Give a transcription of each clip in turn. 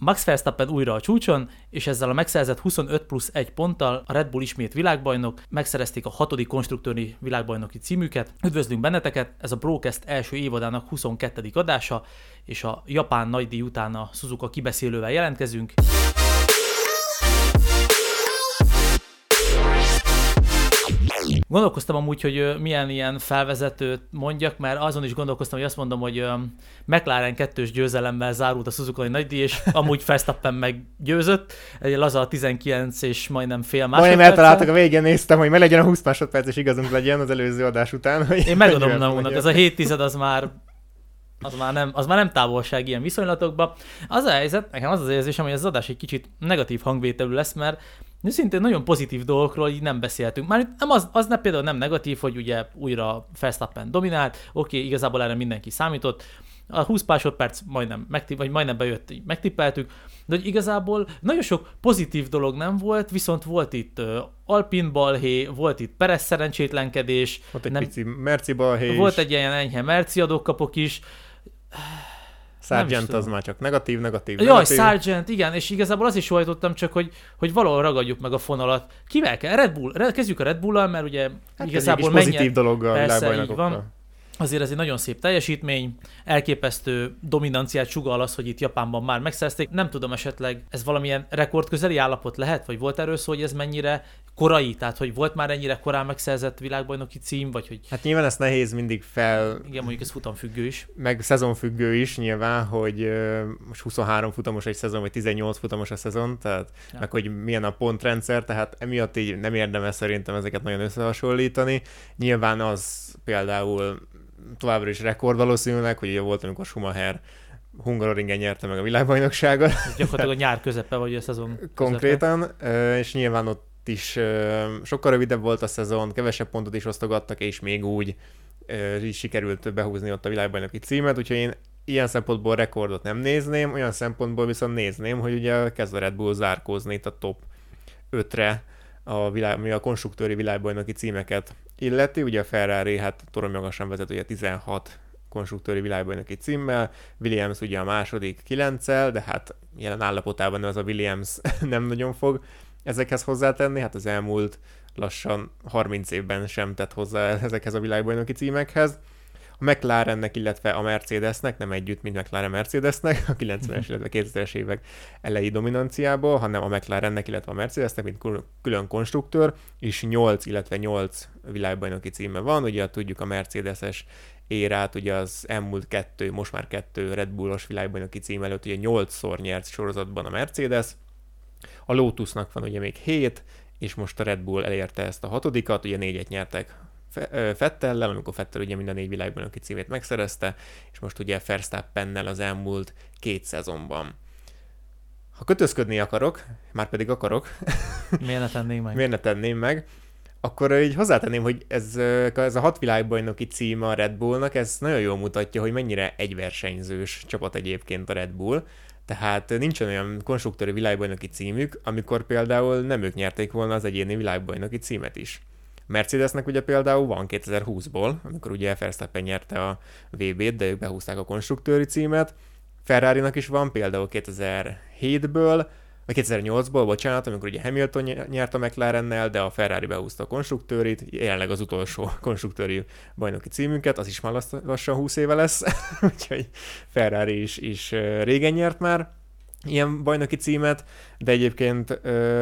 Max Verstappen újra a csúcson, és ezzel a megszerzett 25+1 ponttal a Red Bull ismét világbajnok, megszerezték a 6. konstruktőri világbajnoki címüket. Üdvözlünk benneteket, ez a Brocast első évadának 22. adása, és a japán nagydíj után a Suzuka kibeszélővel jelentkezünk. Gondolkoztam amúgy, hogy milyen ilyen felvezetőt mondjak, mert azon is gondolkoztam, hogy azt mondom, hogy McLaren 2-s győzelemmel zárult a Suzuka nagydíj, és amúgy Verstappen meggyőzött. Egy laza 19 és majdnem fél másodperc. Majdnem eltaláltak, a végén néztem, hogy meg legyen a 20 másodperc, és igazunk legyen az előző adás után. Hogy én megadom Naumnak, ez a 7/10 az már nem távolság ilyen viszonylatokban. Az a helyzet, nekem az érzésem, hogy ez az adás egy kicsit negatív hangvételű lesz, mert szintén nagyon pozitív dolgokról így nem beszéltünk. Már az például nem negatív, hogy ugye újra Verstappen dominált, oké, igazából erre mindenki számított. A 20 másodperc majdnem bejött, megtippeltük, de hogy igazából nagyon sok pozitív dolog nem volt, viszont volt itt Alpine balhé, volt itt Perez szerencsétlenkedés. Volt egy pici Merci balhé. Volt egy ilyen enyhe Merci adókapok is. Sargent az már csak negatív. Jaj, Sargent, igen, és igazából az is hajtottam csak, hogy valahol ragadjuk meg a fonalat. Kivel kell? Kezdjük a Red Bull-al, mert ugye hát igazából pozitív dolog a világbajnokokkal. Azért ez egy nagyon szép teljesítmény, elképesztő dominanciát sugall az, hogy itt Japánban már megszerezték. Nem tudom, esetleg ez valamilyen rekordközeli állapot lehet, vagy volt erről szó, hogy ez mennyire korai, tehát hogy volt már ennyire korán megszerzett világbajnoki cím, vagy hogy... Hát nyilván ezt nehéz mindig Igen, mondjuk ez futamfüggő is. Meg szezonfüggő is nyilván, hogy most 23 futamos egy szezon, vagy 18 futamos a szezon, tehát meg hogy milyen a pontrendszer, tehát emiatt így nem érdemes szerintem ezeket nagyon összehasonlítani. Nyilván az például továbbra is rekord valószínűleg, hogy ugye volt, amikor Schumacher Hungaroringen nyerte meg a világbajnokságot. Ez gyakorlatilag a nyár közepe, vagy a szezon konkrétan, és nyilván ott is sokkal rövidebb volt a szezon, kevesebb pontot is osztogattak, és még úgy is sikerült behúzni ott a világbajnoki címet, úgyhogy én ilyen szempontból rekordot nem nézném, olyan szempontból viszont nézném, hogy ugye kezd a Red Bull zárkózni itt a top 5-re, ami a konstruktőri világbajnoki címeket illeti. Ugye a Ferrari toronymagasan vezet ugye 16 konstruktőri világbajnoki címmel, Williams ugye a második 9-el, de hát jelen állapotában az a Williams nem nagyon fog ezekhez hozzátenni, hát az elmúlt lassan 30 évben sem tett hozzá ezekhez a világbajnoki címekhez. A McLarennek, illetve a Mercedesnek, nem együtt, mint McLaren Mercedesnek, a 90-es, illetve 2000-es évek elejé dominanciából, hanem a McLarennek, illetve a Mercedesnek, mint külön konstruktőr, és 8 világbajnoki címe van. Ugye tudjuk a Mercedeses érát, ugye az elmúlt most már 2 Red Bullos világbajnoki cím előtt ugye 8-szor nyert sorozatban a Mercedes. A Lotusnak van ugye még 7, és most a Red Bull elérte ezt a 6-at, ugye 4-et nyertek Vettellel, amikor Vettel ugye mind a 4 világbajnoki címét megszerezte, és most ugye Verstappennel az elmúlt 2 szezonban. Ha kötözködni akarok, már pedig akarok, miért ne tenném meg, akkor így hozzátenném, hogy ez a 6 világbajnoki cím a Red Bullnak, ez nagyon jól mutatja, hogy mennyire egyversenyzős csapat egyébként a Red Bull. Tehát nincsen olyan konstruktőri világbajnoki címük, amikor például nem ők nyerték volna az egyéni világbajnoki címet is. Mercedesnek ugye például van 2020-ból, amikor ugye Verstappen nyerte a VB-t, de ők behúzták a konstruktőri címet. Ferrarinak is van például 2007-ből, vagy 2008-ból, bocsánat, amikor ugye Hamilton nyert a McLarennel, de a Ferrari behúzta a konstruktőrit, jelenleg az utolsó konstruktőri bajnoki címünket, az is már lassan 20 éve lesz, úgyhogy Ferrari is régen nyert már ilyen bajnoki címet, de egyébként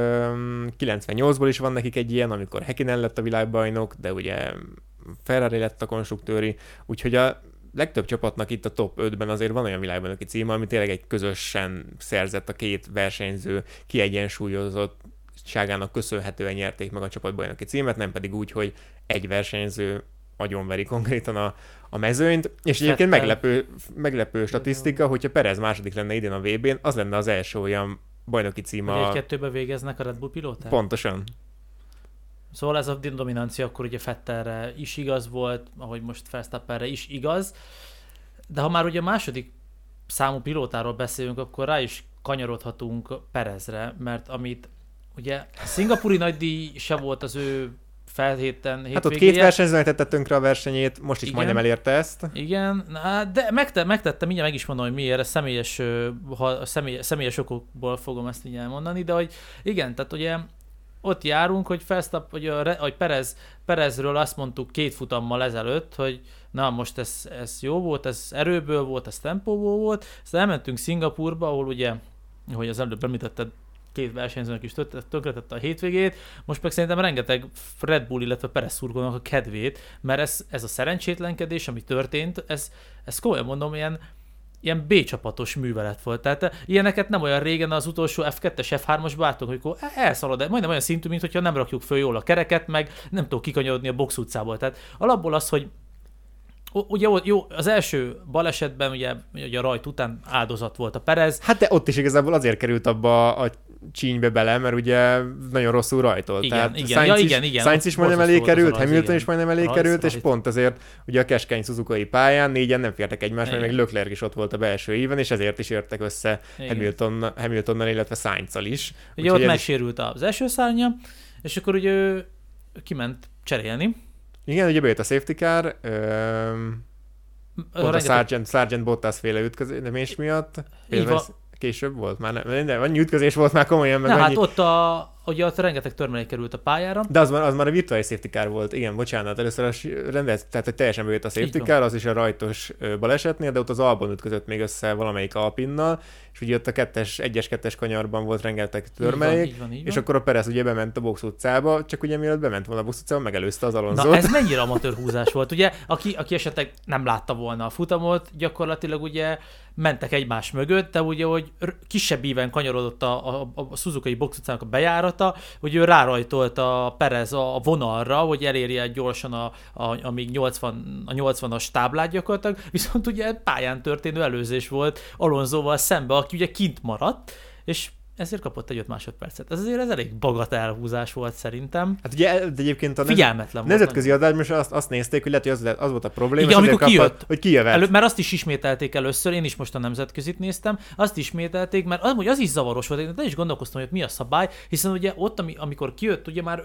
98-ból is van nekik egy ilyen, amikor Häkkinen lett a világbajnok, de ugye Ferrari lett a konstruktőri, úgyhogy a legtöbb csapatnak itt a top 5-ben azért van olyan világbajnoki címe, ami tényleg egy közösen szerzett, a 2 versenyző kiegyensúlyozottságának köszönhetően nyerték meg a csapatbajnoki címet, nem pedig úgy, hogy egy versenyző agyonveri konkrétan a mezőnyt, és egyébként meglepő statisztika, hogyha Perez második lenne idén a VB-n, az lenne az első olyan bajnoki cím a... 1-2-be végeznek a Red Bull pilóták? Pontosan. Szóval ez a dominancia akkor ugye Vettelre is igaz volt, ahogy most Verstappenre is igaz, de ha már ugye a második számú pilótáról beszélünk, akkor rá is kanyarodhatunk Perezre, mert amit ugye a szingapúri nagydíj se volt az ő Hát ott két versenyzőnek tette tönkre a versenyét, most is igen, majdnem elérte ezt. Igen, de megtette, mindjárt meg is mondom, hogy miért, személyes okokból fogom ezt így elmondani, de hogy igen, tehát ugye ott járunk, hogy hogy Perezről azt mondtuk 2 futammal ezelőtt, hogy na most ez jó volt, ez erőből volt, ez tempóból volt, aztán elmentünk Szingapúrba, ahol ugye, ahogy az előbb említetted, 2 versenyzőnek is tönkretette a hétvégét, most meg szerintem rengeteg Red Bull, illetve Perez szurkolónak a kedvét, mert ez a szerencsétlenkedés, ami történt, ez komolyan mondom, ilyen B-csapatos művelet volt. Tehát ilyeneket nem olyan régen az utolsó F2-es, F3-as láttunk, hogy elszalad, majdnem olyan szintű, mint hogyha nem rakjuk föl jól a kereket, meg nem tudok kikanyarodni a box utcából. Tehát alapból az, hogy ugye jó, az első balesetben ugye a rajt után áldozat volt a Perez. Hát de ott is igazából azért került abba a csínybe bele, mert ugye nagyon rosszul rajtolt. Igen, tehát igen. Sainz is majdnem elé került, Hamilton is majdnem elé került, és pont azért ugye a keskeny Suzuki pályán 4-en nem fértek egymásra, mert még Leclerc is ott volt a belső íven, és ezért is értek össze Hamiltonnal, illetve Sainzzal is. Ugye ott megsérült az első szárnya, és akkor ugye ő kiment cserélni. Igen, ugye bejött a safety car, pont a Sargent Bottas féle ütközés miatt. Később volt már, annyi ütközés volt már komolyan. Meg hát ott rengeteg törmelék került a pályára. De az már a virtuális safety car volt, igen, bocsánat, először tehát hogy teljesen bejött a safety car, az is a rajtos balesetnél, de ott az Albon ütközött még össze valamelyik Alpinnal, és ugye ott a 1-2-es kanyarban volt rengeteg törmelék, így van. És akkor a Perez ugye bement a box utcába, csak ugye mielőtt bement volna a box utcába, megelőzte az Alonzót. Na ez mennyire amatőr húzás volt, ugye, aki esetleg nem látta volna a futamot, gyakorlatilag ugye mentek egymás mögött, de ugye, hogy kisebb íven kanyarodott a Suzuki box utcának a bejárata, hogy ő rárajtolt a Perez a vonalra, hogy elérje gyorsan amíg 80-as táblát gyakorlatilag, viszont ugye pályán történő előzés volt Alonsoval szembe, aki ugye kint maradt, és ezért kapott egy 5 másodpercet. Ez elég bagatelhúzás volt szerintem. Hát ugye egyébként a figyelmetlen nemzetközi adásban azt nézték, hogy lehet, hogy az volt a probléma, igen, amikor kijött, hogy kijövet. Mert azt is ismételték először, én is most a nemzetközit néztem, azt ismételték, mert az is zavaros volt, én is gondolkoztam, hogy mi a szabály, hiszen ugye ott, amikor kijött, ugye már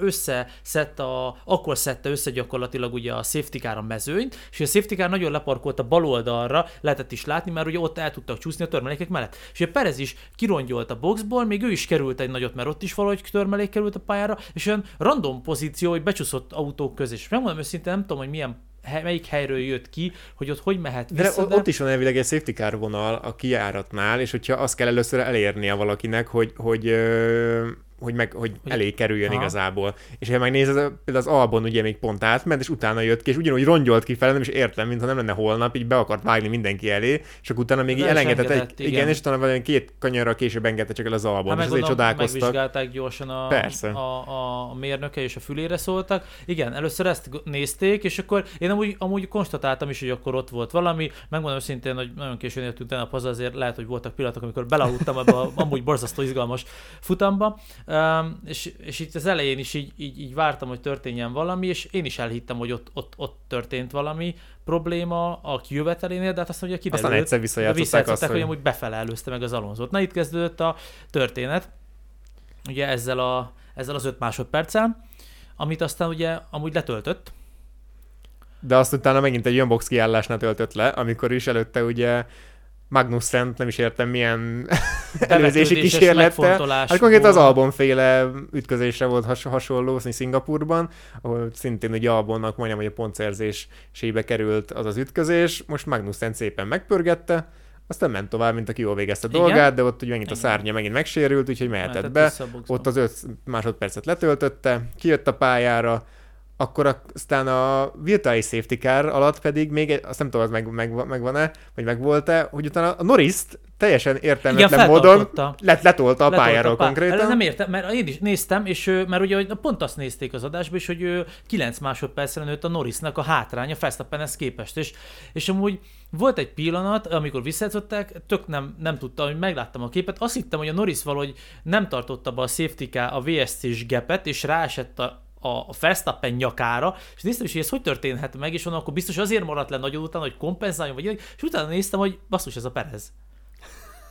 akkor szedte össze gyakorlatilag ugye a safety car a mezőnyt, és a safety car nagyon leparkolt a bal oldalra, lehetett is látni, mert ugye ott el tudtak csúszni a törmelékek mellett. És a Perez is kirongyolt a boxból, még ő is került egy nagyot, mert ott is valahogy törmelék került a pályára, és olyan random pozíció, hogy becsúszott autók közé. És megmondom őszintén, nem tudom, hogy melyik helyről jött ki, hogy ott hogy mehet vissza. De ott is van elvileg egy safety car vonal a kijáratnál, és hogyha azt kell először elérnie valakinek, hogy elé kerüljön igazából. És ha megnézed, például az Albon ugye még pont átment, és utána jött ki, és ugyanúgy rongyolt kifele, nem is értem, mintha nem lenne holnap, így be akart vágni mindenki elé, és akkor utána még így elengedett igen, és utána valami 2 kanyarra később engedte csak el az Albon, és azért csodálkoztak. Megvizsgálták gyorsan a mérnöke, és a fülére szóltak. Igen, először ezt nézték, és akkor én amúgy konstatáltam is, hogy akkor ott volt valami. Megmondom őszintén, hogy nagyon későn értünk tegnap haza, azért lehet, hogy voltak pillanatok, amikor belaludtam ebbe a amúgy borzasztó izgalmas futamba. És itt az elején is így vártam, hogy történjen valami, és én is elhittem, hogy ott történt valami probléma a kijövetelénél, de hát azt mondja, kiderült. Aztán egyszer visszajátszották azt, hogy amúgy befele előzte meg az Alonsót. Na itt kezdődött a történet, ugye ezzel az 5 másodperccel, amit aztán ugye amúgy letöltött. De azt utána megint egy olyan box kiállásnál töltött le, amikor is előtte ugye Magnussen, nem is értem milyen előzési kísérlettel. Hát konkrétan az Albon-féle ütközésre volt hasonló Szingapurban, ahol szintén ugye Albonnak majdnem, hogy a pontszerzésébe került az ütközés. Most Magnussen szépen megpörgette, aztán ment tovább, mint aki jól végezte a dolgát, de ott ugye megint a szárnya megint megsérült, úgyhogy mehetett be. Ott az 5 másodpercet letöltötte, kijött a pályára, akkor aztán a virtuális safety car alatt pedig még, azt nem tudom, az megvan-e, vagy megvolt-e, hogy utána a Norris-t teljesen értelmetlen módon letolta a pályáról konkrétan. Nem értem, mert én is néztem, és mert ugye pont azt nézték az adásban, és hogy 9 másodpercre nőtt a Norrisnak a hátránya Verstappenhez képest, és amúgy volt egy pillanat, amikor visszajátszották, tök nem tudtam, hogy megláttam a képet, azt hittem, hogy a Norris valahogy nem tartotta be a safety car, a VSC-s gapet, és ráesett a Verstappen nyakára, és néztem is, hogy ez hogy történhet meg, és onnan akkor biztos azért maradt le nagyon utána, hogy kompenzáljon, vagy és utána néztem, hogy basszus, ez a Perez.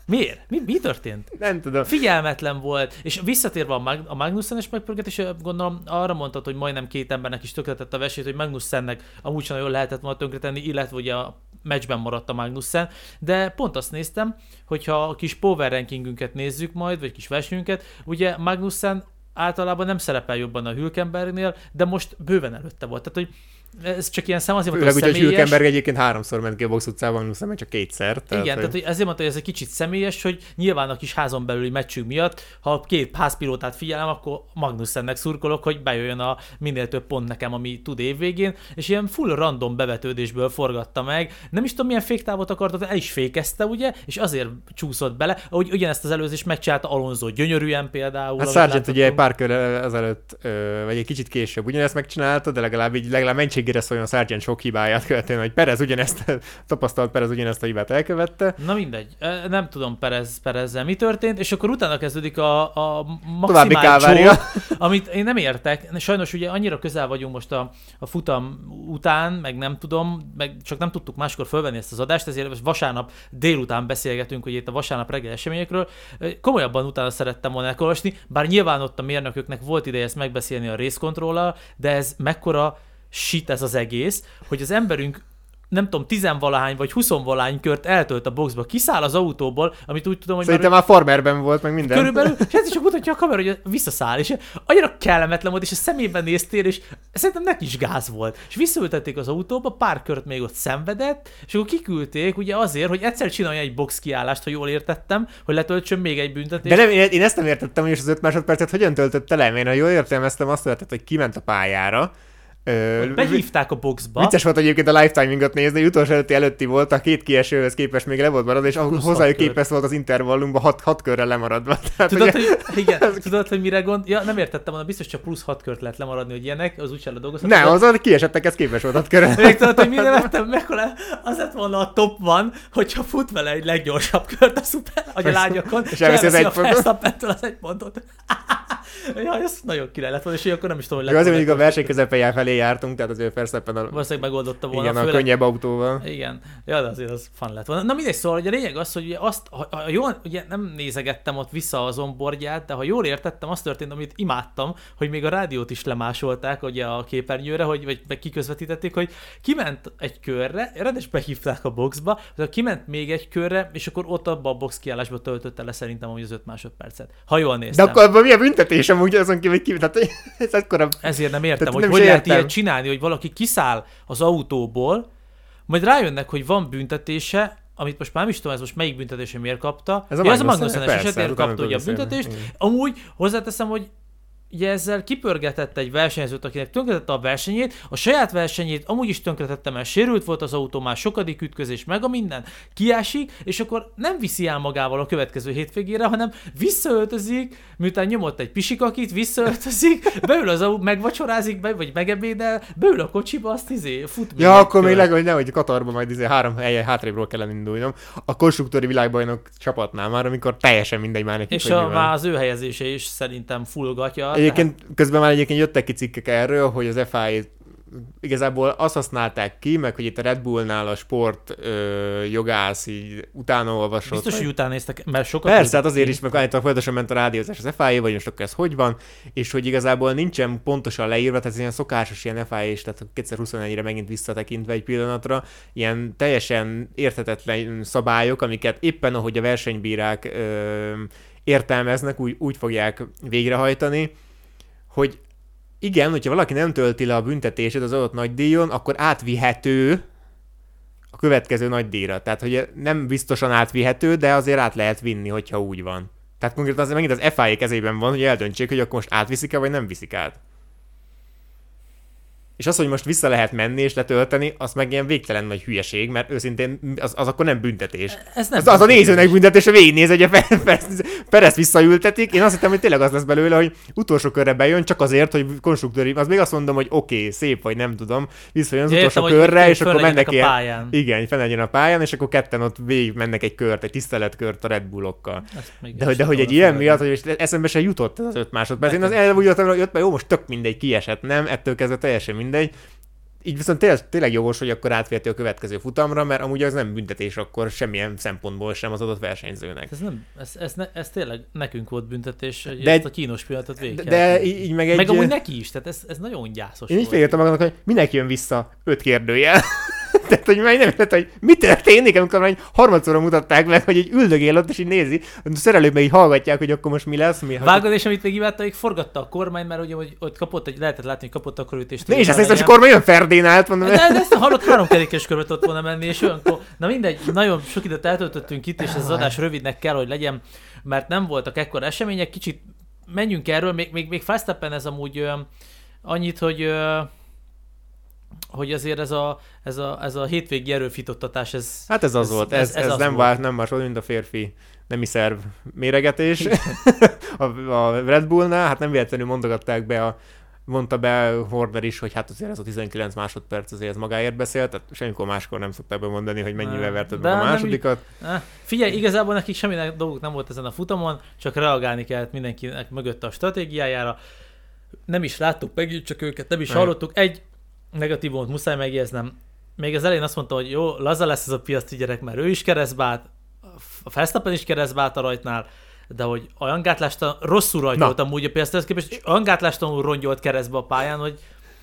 Miért? Mi történt? Nem tudom. Figyelmetlen volt, és visszatérve a Magnussen-es megpörgetés, gondolom arra mondtad, hogy majdnem 2 embernek is tönkretett a versét, hogy Magnussennek amúgy sem nagyon lehetett volna tönkretenni, illetve ugye a meccsben maradt a Magnussen, de pont azt néztem, hogyha a kis power rankingünket nézzük majd, vagy kis versenyünket, ugye Magnussen általában nem szerepel jobban a Hülkenbergnél, de most bőven előtte volt. Tehát, hogy ez csak ilyen szám, azért mondta, hogy személyes. Hülkenberg egyébként 3-szor ment ki a box utcában, Magnussen meg csak 2-szer. Igen, tehát hogy ezért mondta, hogy ez egy kicsit személyes, hogy nyilván a kis házon belüli meccsünk miatt, ha 2 házpilótát figyelem, akkor Magnussennek szurkolok, hogy bejöjjön a minél több pont nekem, ami tud évvégén, és ilyen full random bevetődésből forgatta meg. Nem is tudom, milyen féktávot akartott, el is fékezte, ugye, és azért csúszott bele, ahogy ugyanezt az előzést megcsinálta Alonso gyönyörűen például. Hát Sargent ugye egy pár körrel ezelőtt, vagy egy kicsit később ugyanezt megcsinálta, de legalább mentségére szóljon Sargent sok hibáját követően, hogy Perez tapasztalt Perez ugyanezt a hibát elkövette. Na mindegy, nem tudom Perezzel mi történt, és akkor utána kezdődik a maximális csók, amit én nem értek. Sajnos ugye annyira közel vagyunk most a futam után, meg nem tudom, meg csak nem tudtuk máskor fölvenni ezt az adást, ezért vasárnap délután beszélgetünk, hogy itt a vasárnap reggel eseményekről. Komolyabban utána szerettem volna elolvasni, bár nyilván ott a mérnököknek volt ideje ezt megbeszélni a race-controllal, de ez mekkora shit ez az egész, hogy az emberünk nem tudom, 10-valahány vagy 20-valahány kört eltölt a boxba, kiszáll az autóból, amit úgy tudom, hogy szerintem már farmerben volt, meg minden. Körülbelül, és ez is csak mutatja a kamera, hogy visszaszáll, és annyira kellemetlen volt, és a szemében néztél, és szerintem neki is gáz volt. És visszaültették az autóba, pár kört még ott szenvedett, és akkor kiküldték ugye azért, hogy egyszer csinálja egy box kiállást, ha jól értettem, hogy letöltsön még egy büntetést. De nem, én ezt nem értettem, hogy az 5 másodpercet hogyan töltötte le. Én ha jól értelmeztem, azt történt, hogy kiment a pályára. Behívták a boxba. Vicces volt egyébként a lifetimingot nézni, hogy utolsó előtti volt, a 2 kiesőhöz képest még le volt maradva, és hozzájuk képest volt az intervallumban 6 körrel lemaradva. Tehát, tudod, hogy mire gond? Ja, nem értettem volna, biztos csak plusz 6 kört lehet lemaradni, hogy ilyenek, az úgyse ledolgozhat. Nem, az kiesettek, ez képes volt 6 körrel. Még tudod, hogy mire vettem meg, az lett volna a top van, hogyha fut vele egy leggyorsabb kört a szuper, vagy a lágyakon, és elveszi a Verstappentől az 1 pontot. Ja, ez nagyon király lett volna, és akkor nem is tudom, hogy lett. Azért mondjuk a verseny közepén felé jártunk, tehát azért Verstappen valószínűleg megoldotta volna. Igen, a könnyebb autóval. Igen, ja, de azért az fun lett volna. Na mindegy, szóval hogy a lényeg az, hogy azt, ha jól, ugye nem nézegettem ott vissza az onboardját, de ha jól értettem, az történt, amit imádtam, hogy még a rádiót is lemásolták ugye a képernyőre, vagy kiközvetítették, hogy kiment egy körre, rendes behívták a boxba, kiment még egy körre, és akkor ott abba a box kiállásba töltötte le szerintem az 5 másodpercet. Ha jól néztem. De akkor abban milyen büntetés amúgy azon kívül, hogy tehát ez akkora... Ezért nem értem, hogy hogy lehet ilyet csinálni, hogy valaki kiszáll az autóból, majd rájönnek, hogy van büntetése, amit most már nem is tudom, ez most melyik büntetése miért kapta. Ez a Magnussen-es esetért kapta ugye a büntetést. Amúgy hozzáteszem, hogy ugye ezzel kipörgetett egy versenyzőt, akinek tönkretette a versenyét, a saját versenyét amúgy is tönkretette, mert sérült volt az autó, már sokadik ütközés, meg a minden, kiásik, és akkor nem viszi el magával a következő hétvégére, hanem visszaöltözik, miután nyomott egy pisikakit, visszaöltözik, beül az autó, megvacsorázik, vagy megebédel, beül a kocsiba, azt fut. Ja, akkor még legalább nehogy Katarban majd 3 helyen hátrébről kellene indulnom. A konstruktőri világbajnok csapatnál már, amikor teljesen mindegy már neki. És már az ő helyezése is szerintem fullgatja. Egyébként közben már jöttek ki cikkek erről, hogy az FIA igazából azt használták ki, meg hogy itt a Red Bullnál a sport jogász így utána olvasott. Biztos, hogy utána néztek, mert sokat... Persze, hát azért is, meg állítólag folyamatosan ment a rádiózás az FIA, vagy most akkor ez hogy van, és hogy igazából nincsen pontosan leírva, tehát ez ilyen szokásos ilyen FIA is, tehát 2021-re megint visszatekintve egy pillanatra, ilyen teljesen érthetetlen szabályok, amiket éppen ahogy a versenybírák értelmeznek, úgy fogják végrehajtani, hogy igen, hogyha valaki nem tölti le a büntetését az adott nagydíjon, akkor átvihető a következő nagydíjra. Tehát, hogy nem biztosan átvihető, de azért át lehet vinni, hogyha úgy van. Tehát konkrétan megint az FIA kezében van, hogy eldöntsék, hogy akkor most átviszik-e, vagy nem viszik át. És az, hogy most vissza lehet menni és letölteni, az meg ilyen végtelen nagy hülyeség, mert őszintén az akkor nem büntetés. Ez nem az a nézőnek büntetés, a végignéz, hogy a Perez visszaültetik. Én azt hittem, hogy tényleg az lesz belőle, hogy utolsó körre bejön, csak azért, hogy konstruktőri, az még azt mondom, hogy oké, szép vagy nem tudom, visszajön az utolsó körre, és akkor mennek ilyen. Igen, fenn legyen a pályán, és akkor ketten ott végig mennek egy kört, egy tiszteletkört a Red Bullokkal. De hogy egy ilyen miatt, hogy eszembe se jutott ez az 5 másodperc. Én az úgy voltam, hogy jó, most tök mindegy, kiesett, nem, ettől kezdve teljesen mindegy. így viszont tényleg jogos, hogy akkor átvérti a következő futamra, mert amúgy az nem büntetés akkor semmilyen szempontból sem az adott versenyzőnek. Ez tényleg nekünk volt büntetés, hogy ezt a kínos pillanatot végig de így meg amúgy neki is, tehát ez nagyon gyászos én volt. Én így felírtam magamnak, hogy minek jön vissza 5 kérdőjel. Tehát, hogy már nem érted, hogy mi történik, amikor már harmadszorra mutatták meg, hogy egy üldögél ott, és így nézi, a szerelők meg így hallgatják, hogy akkor most mi lesz. Vágod, és amit még imádta, hogy forgatta a kormány, mert ugye, hogy ott kapott, lehetett látni, hogy kapott akkor ütést. És ezt a kormány olyan Ferdinand, mondom. De ezt a halott háromkerékes körbe tudott volna menni, és olyankor, na mindegy, nagyon sok időt eltöltöttünk itt, és ez az adás rövidnek kell, hogy legyen, mert nem voltak ekkora események, kicsit menjünk erről, még Verstappen ez amúgy annyit, hogy azért ez a hétvégi erőfitottatás, ez... Hát ez az volt, ez nem más volt, mint a férfi nemi szerv méregetés a Red Bullnál, hát nem véletlenül mondta be Horner is, hogy hát azért ez a 19 másodperc azért ez magáért beszélt, tehát semmikor máskor nem szokták bemondani, hogy mennyivel verted meg a másodikat. Figyelj, igazából nekik semmi dolguk nem volt ezen a futamon, csak reagálni kellett mindenkinek mögött a stratégiájára. Nem is láttuk meg, csak őket nem is hallottuk. Egy negatívumot muszáj megjegyeznem. Még az elején azt mondta, hogy jó, laza lesz ez a Piastri gyerek, mert ő is keresztbe állt, a Verstappen is keresztbe állt a rajtnál, de hogy olyan gátlástalan, rosszul rajtolt amúgy a Piastrihez képest, és olyan gátlástalanul rongyolt keresztbe a pályán, hogy...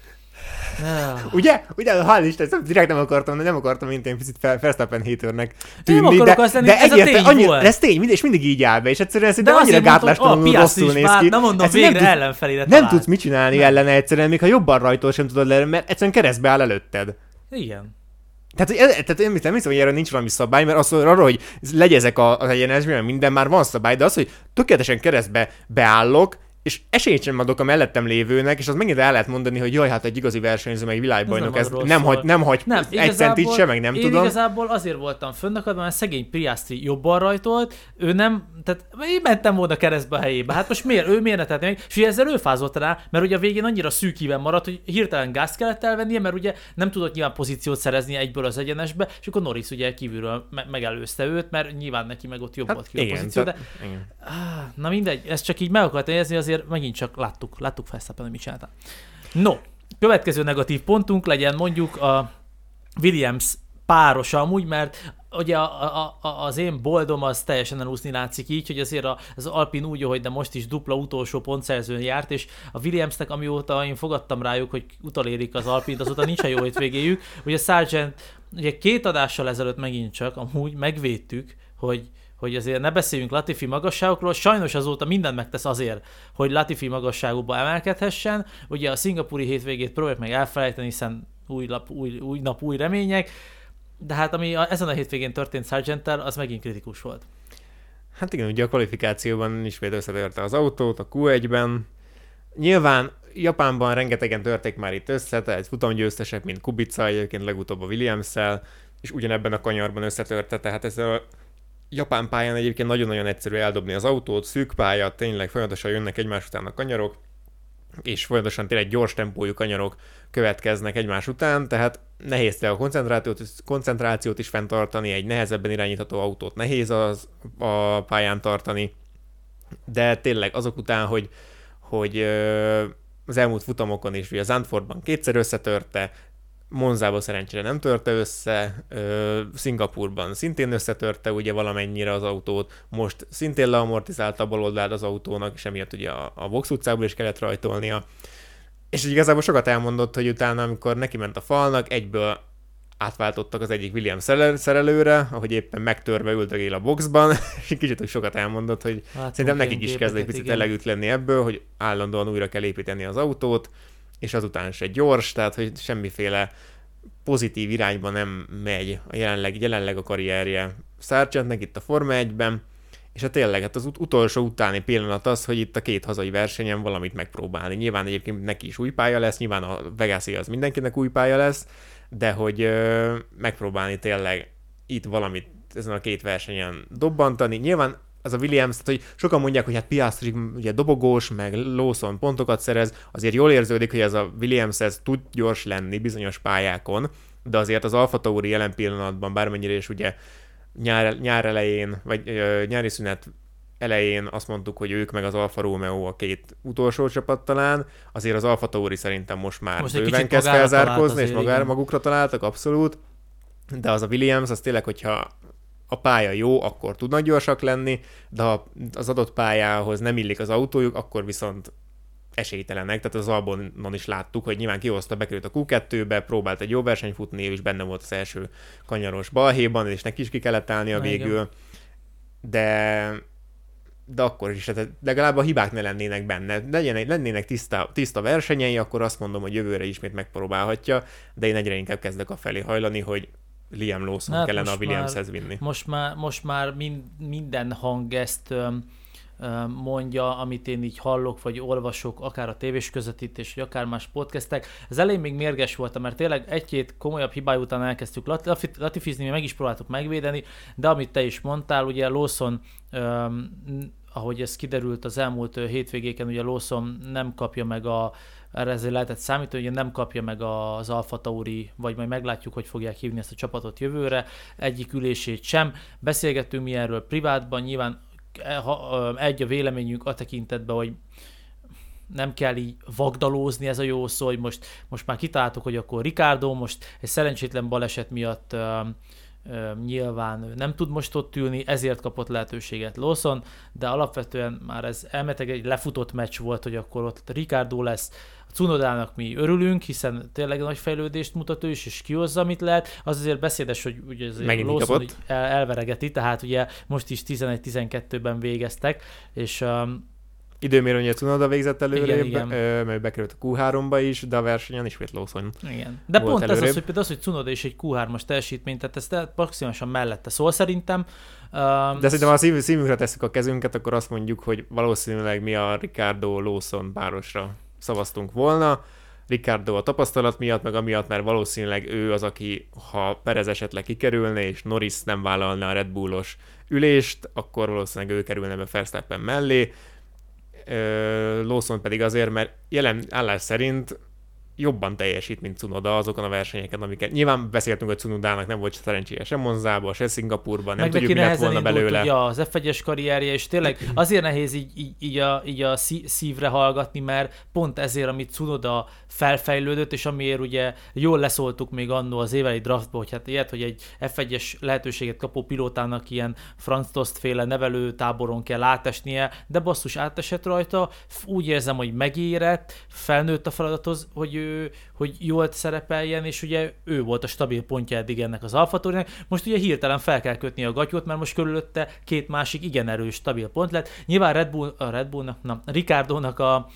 Ugye, hál' Isten, direkt nem akartam mint én picit Verstappen haternek tűnni, nem akarok azt lenni, de ez a tény volt. Ez tény, és mindig így áll be, és egyszerűen szerintem annyira gátlástalanul rosszul néz ki. Nem mondom, végre ellenfelére nem tudsz mit csinálni ellene egyszerűen, még ha jobban rajtól sem tudod lenni, mert egyszerűen keresztbe áll előtted. Igen. Tehát én hiszem, hogy erre nincs valami szabály, mert az arra, hogy legyezek az egyenesben, minden már van szabály, de az, hogy tökéletesen keresztbe beállok, és esélyt sem adok a mellettem lévőnek, és az megint el lehet mondani, hogy jaj, hát egy igazi versenyző, meg világbajnok, ez nem hagy egy centit sem, meg nem tudom. Én igazából azért voltam fönnakadva, mert szegény Piastri jobban rajtolt, ő nem, tehát én mentem volna keresztbe a helyébe. Hát most miért ne tehetné meg? És ezzel ő fázott rá, mert ugye a végén annyira szűk híven maradt, hogy hirtelen gázt kellett elvennie, mert ugye nem tudott nyilván pozíciót szerezni egyből az egyenesbe, és akkor Norris ugye kívülről megelőzte őt, mert nyilván neki meg ott jobb volt ki a pozíció. Na mindegy, ezt csak így meg akartam érezni, azért megint csak láttuk Verstappen, hogy mit csinálta. No, következő negatív pontunk legyen mondjuk a Williams páros amúgy, mert ugye az én boldom az teljesen elúszni látszik így, hogy azért az Alpine úgy, hogy de most is dupla utolsó pontszerzőn járt, és a Williamsnek, amióta én fogadtam rájuk, hogy utalérik az Alpine-t, azóta nincsen jó hétvégéjük. Ugye Sargent, ugye 2 adással ezelőtt megint csak amúgy megvédtük, hogy azért ne beszéljünk Latifi magasságokról, sajnos azóta mindent megtesz azért, hogy Latifi magasságúba emelkedhessen. Ugye a szingapúri hétvégét próbáljuk meg elfelejteni, hiszen új nap, új remények, de hát ami ezen a hétvégén történt Sargenttel, az megint kritikus volt. Hát igen, ugye a kvalifikációban ismét összetörte az autót, a Q1-ben. Nyilván Japánban rengetegen törték már itt össze, tehát futamgyőztesek, mint Kubica, egyébként legutóbb a Williams-szel, és ugyanebben a kanyarban összetörte, tehát ez a japán pályán egyébként nagyon-nagyon egyszerű eldobni az autót, szűk pálya, tényleg folyamatosan jönnek egymás után a kanyarok, és folyamatosan tényleg gyors tempójú kanyarok következnek egymás után, tehát nehéz a koncentrációt is fenntartani, egy nehezebben irányítható autót nehéz a pályán tartani, de tényleg azok után, hogy az elmúlt futamokon is, ugye Zandvoortban 2-szer összetörte, Monzában szerencsére nem törte össze, Szingapúrban szintén összetörte ugye valamennyire az autót, most szintén leamortizálta a bal oldalt az autónak, és emiatt ugye a Box utcából is kellett rajtolnia. És igazából sokat elmondott, hogy utána, amikor neki ment a falnak, egyből átváltottak az egyik Williams szerelőre, ahogy éppen megtörve üldögél a boxban, és kicsit sokat elmondott, hogy szerintem nekik is kezd egy picit elegült lenni ebből, hogy állandóan újra kell építeni az autót, és azután se gyors, tehát hogy semmiféle pozitív irányba nem megy a jelenleg a karrierje Sargentnek itt a Forma 1-ben, és hát tényleg hát az utolsó utáni pillanat az, hogy itt a 2 hazai versenyen valamit megpróbálni. Nyilván egyébként neki is új pálya lesz, nyilván a Vegas-i az mindenkinek új pálya lesz, de hogy megpróbálni tényleg itt valamit ezen a 2 versenyen dobbantani. Nyilván az a Williams, tehát, hogy sokan mondják, hogy hát Piastri ugye dobogós, meg Lawson pontokat szerez, azért jól érződik, hogy ez a Williams ez tud gyors lenni bizonyos pályákon, de azért az Alfa Tauri jelen pillanatban, bármennyire is ugye nyár elején, vagy nyári szünet elején azt mondtuk, hogy ők meg az Alfa Romeo a két utolsó csapat talán, azért az Alfa Tauri szerintem most bőven kezd felzárkózni, és magukra találtak, abszolút, de az a Williams, az tényleg, hogyha a pálya jó, akkor tudnak gyorsak lenni, de ha az adott pályához nem illik az autójuk, akkor viszont esélytelenek, tehát az Albonon is láttuk, hogy nyilván kihozta, bekerült a Q2-be, próbált egy jó versenyt futni, és benne volt az első kanyaros balhéban, és neki is ki kellett állnia végül, de akkor is, tehát legalább a hibák ne lennének benne. Lennének tiszta versenyei, akkor azt mondom, hogy jövőre ismét megpróbálhatja, de én egyre inkább kezdek a felé hajlani, hogy Liam Lawson kellene a Williamshez vinni. Most már minden hang ezt mondja, amit én így hallok, vagy olvasok, akár a tévés közvetítés, vagy akár más podcastek. Az elején még mérges voltam, mert tényleg egy-két komolyabb hibáj után elkezdtük latifizni, mi meg is próbáltuk megvédeni, de amit te is mondtál, ugye Lawson, ahogy ez kiderült az elmúlt hétvégéken, ugye Lawson nem kapja meg erre ezért lehetett számítani, hogy nem kapja meg az Alfa Tauri, vagy majd meglátjuk, hogy fogják hívni ezt a csapatot jövőre, egyik ülését sem. Beszélgettünk mi erről privátban, nyilván egy a véleményünk a tekintetben, hogy nem kell így vagdalózni, ez a jó szó, hogy most már kitaláltuk, hogy akkor Ricciardo most egy szerencsétlen baleset miatt nyilván nem tud most ott ülni, ezért kapott lehetőséget Lawson, de alapvetően már ez elméletileg egy lefutott meccs volt, hogy akkor ott Ricciardo lesz. A Tsunodának mi örülünk, hiszen tényleg nagy fejlődést mutat ő is, és kihozza, amit lehet. Az azért beszédes, hogy ugye Lawson elveregeti, tehát ugye most is 11-12-ben végeztek, és időmérőnye Tsunoda végzett előrébb, mert bekerült a Q3-ba is, de a versenyen ismét Lawson. Igen. De pont előrébb. Ez az, hogy például az, hogy Tsunoda is egy Q3-as teljesítmény, tehát ezt maximálisan mellette. Szóval szerintem... De szerintem ha a szívünkre tesszük a kezünket, akkor azt mondjuk, hogy valószínűleg mi a Ricciardo-Lawson párosra szavaztunk volna. Ricciardo a tapasztalat miatt, meg amiatt, mert valószínűleg ő az, aki, ha Perez esetleg kikerülne, és Norris nem vállalna a Red Bullos ülést, akkor valószínűleg ő kerülne be Verstappen mellé. Lawson pedig azért, mert jelen állás szerint jobban teljesít, mint Tsunoda azokon a versenyeken, amiket nyilván beszéltünk, hogy Tsunodának nem volt szerencséje sem Monzába, se Szingapurban, nem tudjuk, mi lett volna belőle. Ugye az F1-es karrierje, és tényleg azért nehéz így a szívre hallgatni, mert pont ezért, amit Tsunoda felfejlődött, és amiért ugye jól leszóltuk még annó az éveli draftba, hogy hát ilyet, hogy egy F1-es lehetőséget kapó pilótának ilyen Franz Tost-féle nevelő táboron kell átesnie, de basszus átesett rajta, úgy érzem, hogy megérett, felnőtt a feladathoz, hogy jól szerepeljen, és ugye ő volt a stabil pontja eddig ennek az Alfa Taurinak. Most ugye hirtelen fel kell kötni a gatyót, mert most körülötte két másik igen erős, stabil pont lett. Nyilván Ricciardónak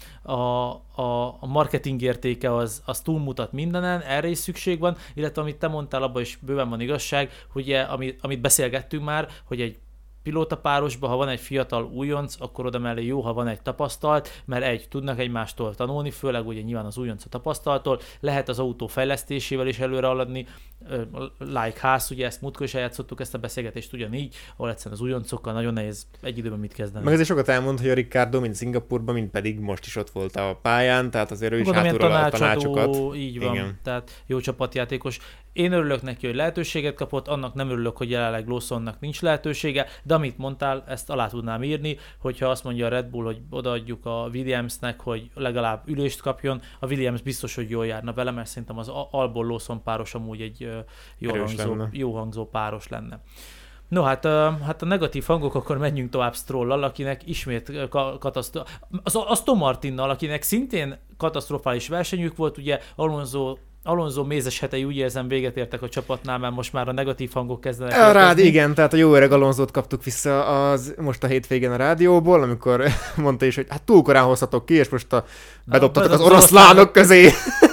a marketing értéke az túlmutat mindenen, erre is szükség van, illetve amit te mondtál, abban is bőven van igazság, hogy amit beszélgettünk már, hogy egy pilótapárosban, ha van egy fiatal újonc, akkor oda mellé jó, ha van egy tapasztalt, mert tudnak egymástól tanulni, főleg ugye nyilván az újonc a tapasztaltól, lehet az autó fejlesztésével is előre haladni, like Haas, ugye ezt múltkor is eljátszottuk ezt a beszélgetést ugyanígy, ahol egyszerűen az újoncokkal nagyon nehéz egy időben mit kezdeni. Meg azért sokat elmond, hogy a Ricciardo mind Szingapurban, mind pedig most is ott volt a pályán, tehát azért ő is hátulról a tanácsokat. Így van, igen. Tehát jó csapatjátékos. Én örülök neki, hogy lehetőséget kapott, annak nem örülök, hogy jelenleg Lawsonnak nincs lehetősége, de amit mondtál, ezt alá tudnám írni, hogyha azt mondja a Red Bull, hogy odaadjuk a Williamsnek, hogy legalább ülést kapjon, a Williams biztos, hogy jól járna vele, mert szerintem az Albon-Lawson páros amúgy egy jó hangzó páros lenne. No, hát a negatív hangok, akkor menjünk tovább Strollal, akinek ismét az Aston Martinnal, akinek szintén katasztrofális versenyük volt, ugye Alonso mézes hetei úgy érzem véget értek a csapatnál, mert most már a negatív hangok kezdenek. Rád igen, tehát a jó öreg Alonsót kaptuk vissza most a hétvégén a rádióból, amikor mondta is, hogy hát túl korán hozhatok ki, és most bedobtatok az oroszlánok közé.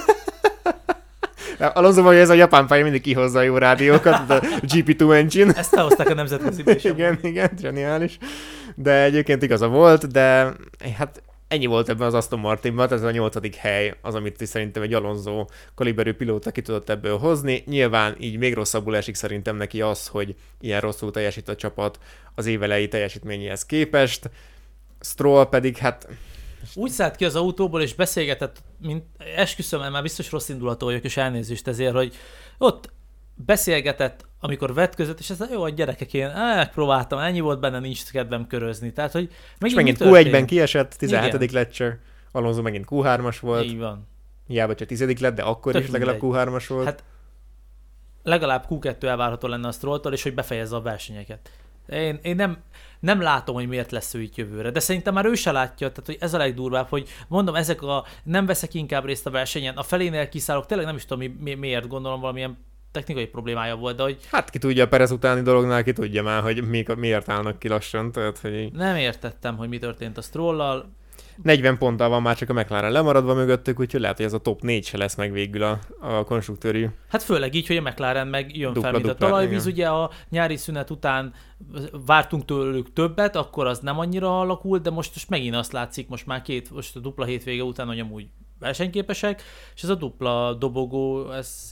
Alonso vagy ez a japán pálya mindig kihozza a jó rádiókat, a GP2 engine. Ezt felhozták a nemzetközi Igen, zseniális. De egyébként igaza volt, de hát ennyi volt ebben az Aston Martinban, ez a 8. hely az, amit szerintem egy Alonso kaliberű pilóta ki tudott ebből hozni. Nyilván így még rosszabbul esik szerintem neki az, hogy ilyen rosszul teljesít a csapat az évelei teljesítményéhez képest. Stroll pedig hát... Úgy szállt ki az autóból, és beszélgetett, mint esküszöm, már biztos rossz indulatú vagyok, és elnézést ezért, hogy ott beszélgetett amikor vetközött, és ez jó, a gyerekek, én próbáltam, ennyi volt benne, nincs kedvem körözni. Tehát, hogy és megint Q1-ben kiesett, 17. lett se. Alonso megint Q3-as volt. Így van. Hiába csak 10. lett, de akkor Tök is legalább Q3-as volt. Hát legalább Q2 elvárható lenne a Strolltól, és hogy befejezze a versenyeket. Én nem látom, hogy miért lesz ő itt jövőre, de szerintem már ő se látja, tehát hogy ez a legdurvább, hogy mondom, nem veszek inkább részt a versenyen, a felénél kiszállok, tényleg nem is tudom miért, gondolom valamilyen technikai problémája volt, de hogy... Hát ki tudja, a Perez utáni dolognál ki tudja már, hogy miért állnak ki lassan, tehát hogy... Nem értettem, hogy mi történt a Strollal. 40 ponttal van már csak a McLaren lemaradva mögöttük, úgyhogy lehet, hogy ez a top 4 se lesz meg végül a konstruktőri. Hát főleg így, hogy a McLaren meg jön fel, mint a talajvíz, ugye a nyári szünet után vártunk tőlük többet, akkor az nem annyira alakult, de most megint azt látszik, most a dupla hétvége után, hogy amúgy versenyképesek, és ez a dupla dobogó,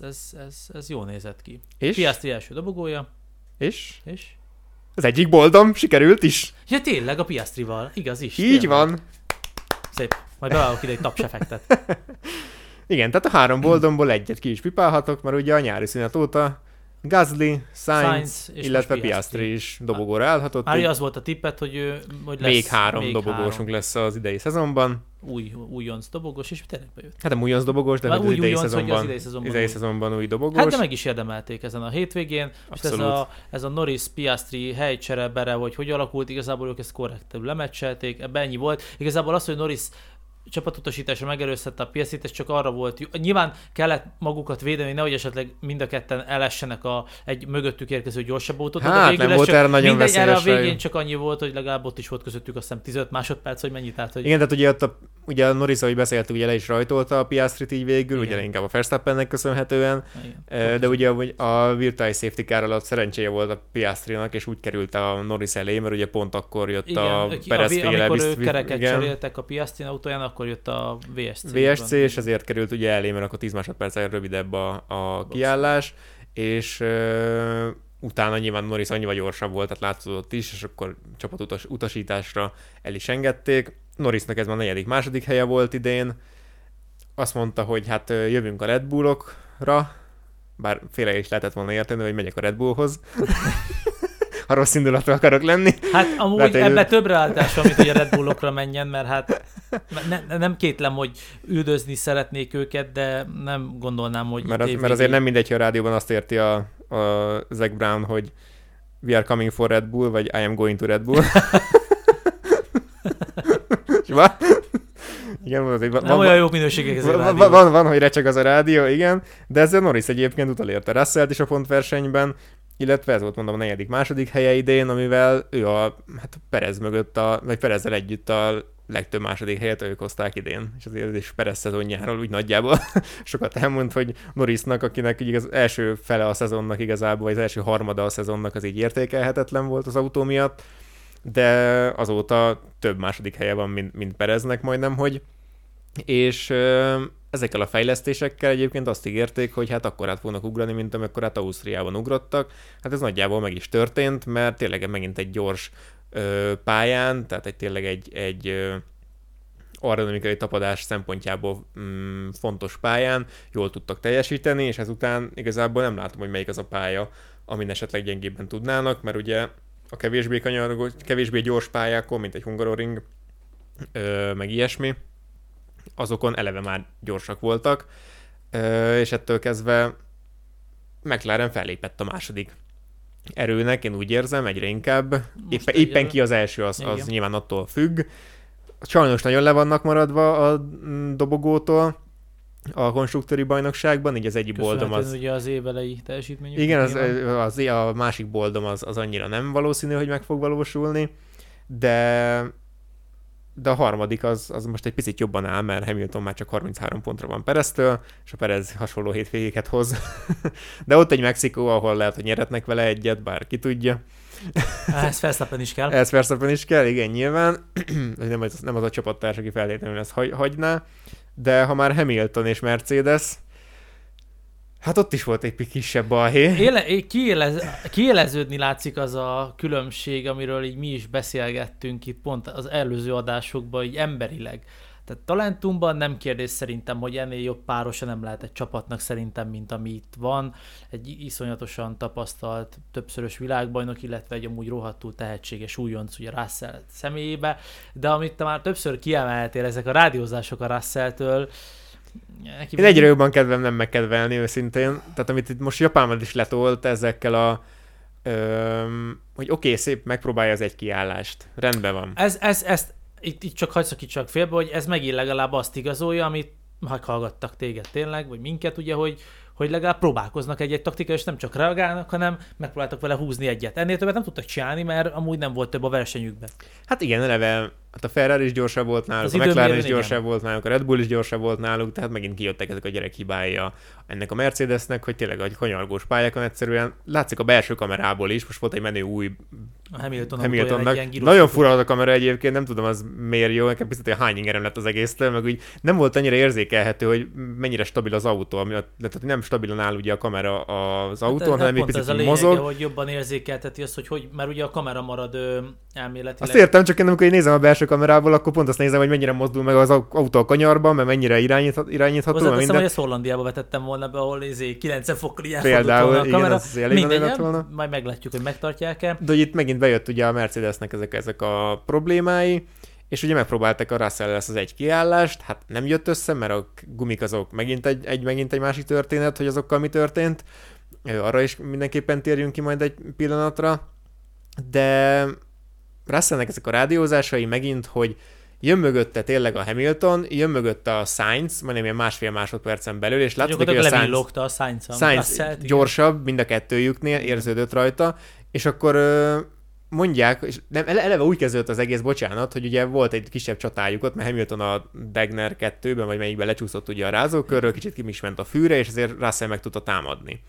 ez jól nézett ki. És? Piastri első dobogója. És? Az egyik boldom sikerült is. Ja tényleg, a Piastrival, igaz is. Így tényleg. van. Szép. Majd bevállok ide egy tapsefektet. Igen, tehát a 3 boldomból egyet ki is pipálhatok, mert ugye a nyári szünet óta Gasly, Sainz illetve Piastri is dobogóra állhatott. Már az volt a tippet, hogy lesz még 3 dobogósunk lesz az idei szezonban. Újonc dobogós, és tényleg bejött. Hát nem újonc dobogós, de az idei szezonban új dobogós. Hát de meg is érdemelték ezen a hétvégén. Most ez a Norris-Piastri helycsere bere, hogy alakult, igazából ők ezt korrektül lemecselték, ebben ennyi volt. Igazából az, hogy Norris csapatutasításra megerőszatta a Piastrit, ez csak arra volt. Nyilván kellett magukat védeni, nehogy esetleg mind a ketten elessenek egy mögöttük érkező gyorsabb autót. Hát végül nem volt erre nagyon veszélyes. Erre a végén csak annyi volt, hogy legalább ott is volt közöttük azt hiszem 15 másodperc, hogy mennyi. Tehát, hogy... Igen, tehát ugye a Norris, ahogy beszéltük, ugye le is rajtolta a Piastrit így végül, igen. Ugye inkább a Verstappennek köszönhetően, igen. De ugye a virtuális safety car alatt szerencséje volt a Piastrinak, és úgy került a Norris elé, mert ugye pont akkor jött igen, a Perez-féle amikor ők kereket cseréltek a Piastrin autóján, akkor jött a VSC, és ezért került ugye elé, mert akkor 10 másodperccel rövidebb a kiállás, és utána nyilván Norris annyival gyorsabb volt, tehát látszódott is, és akkor csapatutasításra el is engedték. Norrisnak ez már a második helye volt idén. Azt mondta, hogy hát jövünk a Red Bullokra, bár félre is lehetett volna érteni, hogy megyek a Red Bullhoz. Ha rossz indulatú akarok lenni. Hát amúgy ebben több ráálltás van, mint hogy a Red Bullokra menjen, mert hát nem kétlem, hogy üldözni szeretnék őket, de nem gondolnám, hogy... Mert azért nem mindegy, hogy a rádióban azt érti a Zac Brown, hogy we are coming for Red Bull, vagy I am going to Red Bull. Igen, nem olyan jó minőségek ez a rádió. Van, hogy recseg az a rádió, igen, de ezzel Norris egyébként utolérte Russellt is a pontversenyben, illetve ez volt mondom a második helye idén, amivel ő Perez mögött, vagy Perezzel együtt a legtöbb második helyet ők hozták idén, és azért is Perez szezonjáról úgy nagyjából sokat elmond, hogy Norrisnak, akinek így az első fele a szezonnak igazából, vagy az első harmada a szezonnak az így értékelhetetlen volt az autó miatt, de azóta több második helye van, mint Pereznek majdnem, hogy és ezekkel a fejlesztésekkel egyébként azt ígérték, hogy hát akkor át fognak ugrani, mint amikor hát Ausztriában ugrottak. Hát ez nagyjából meg is történt, mert tényleg megint egy gyors pályán, tehát tényleg egy aerodinamikai tapadás szempontjából fontos pályán jól tudtak teljesíteni, és ezután igazából nem látom, hogy melyik az a pálya, amin esetleg gyengébben tudnának, mert ugye a kevésbé gyors pályákon, mint egy Hungaroring, meg ilyesmi, azokon eleve már gyorsak voltak, és ettől kezdve McLaren fellépett a második erőnek, én úgy érzem, egyre inkább. Éppen ki az első, az nyilván attól függ. Sajnos nagyon le vannak maradva a dobogótól a konstruktőri bajnokságban, így az egyik boldom az... ugye az évelei teljesítményük. Igen, a másik boldom az annyira nem valószínű, hogy meg fog valósulni, de a harmadik az most egy picit jobban áll, mert Hamilton már csak 33 pontra van Pereztől, és a Perez hasonló hétvégéket hoz. De ott egy Mexikó, ahol lehet, hogy nyeretnek vele egyet, bár ki tudja. Ez Verstappen is kell. Ez Verstappen is kell, igen, nyilván. Nem az a csapattárs, aki feltétlenül ezt hagyná. De ha már Hamilton és Mercedes, hát ott is volt egy kisebb balhé. Kiéleződni látszik az a különbség, amiről így mi is beszélgettünk itt pont az előző adásokban, így emberileg. Tehát talentumban nem kérdés szerintem, hogy ennél jobb párosa nem lehet egy csapatnak szerintem, mint ami itt van. Egy iszonyatosan tapasztalt, többszörös világbajnok, illetve egy amúgy rohadtul tehetséges újonc, ugye Russell személyébe, de amit te már többször kiemeltél, ezek a rádiózások a Russelltől, én egyre jobban kedvem nem megkedvelni őszintén. Tehát amit itt most Japánban is letolt ezekkel hogy oké, szép, megpróbálja az egy kiállást. Rendben van. Ezt itt csak hadd szakítsak félbe, hogy ez megint legalább azt igazolja, amit meghallgattak téged tényleg, vagy minket, ugye, hogy legalább próbálkoznak egy taktikai, és nem csak reagálnak, hanem megpróbáltak vele húzni egyet. Ennél többet nem tudtak csinálni, mert amúgy nem volt több a versenyükben. Hát igen, eleve hát a Ferrari is gyorsabb volt náluk, a McLaren is gyorsabb volt náluk, a Red Bull is gyorsabb volt náluk, tehát megint kijöttek ezek a gyerek hibája ennek a Mercedesnek, hogy tényleg a kanyargós pályákon egyszerűen látszik a belső kamerából is, most volt egy menő új Hamiltonnak. Nagyon fura az a kamera egyébként, nem tudom az miért jó, nekem biztos, hogy hány ingerem lett az egésztől, meg úgy nem volt annyira érzékelhető, hogy mennyire stabil az autó, tehát nem stabilan áll ugye a kamera az autón, hanem egy picit mozog. Hogy jobban érzékelteti azt, hogy mert ugye a kamera marad elméletileg. Azt értem, csak én amikor nézem a belső kamerából, akkor pont azt nézem, hogy mennyire mozdul meg az autó a kanyarban, mert mennyire irányítható. Hozzáteszem, hogy ezt Hollandiába vetettem volna be, ahol 90 fokkal ilyen például, a kamera. Mindegy, majd meglátjuk, hogy megtartják-e. De itt megint bejött ugye a Mercedesnek ezek a problémái, és ugye megpróbáltak a Russell lesz az egy kiállást, hát nem jött össze, mert a gumik azok megint egy másik történet, hogy azokkal mi történt. Arra is mindenképpen térjünk ki majd egy pillanatra. De Russellnek ezek a rádiózásai megint, hogy jön mögötte tényleg a Hamilton, jön mögötte a Sainz, majdnem ilyen másfél másodpercen belül, és látszik, hogy a Sainz gyorsabb, mind a kettőjüknél érződött rajta, és akkor mondják, és nem, eleve úgy kezdődött az egész, bocsánat, hogy ugye volt egy kisebb csatájuk ott, mert Hamilton a Degner 2-ben, vagy melyikben lecsúszott ugye a rázókörről, kicsit ki is ment a fűre, és ezért Russell meg tudta támadni.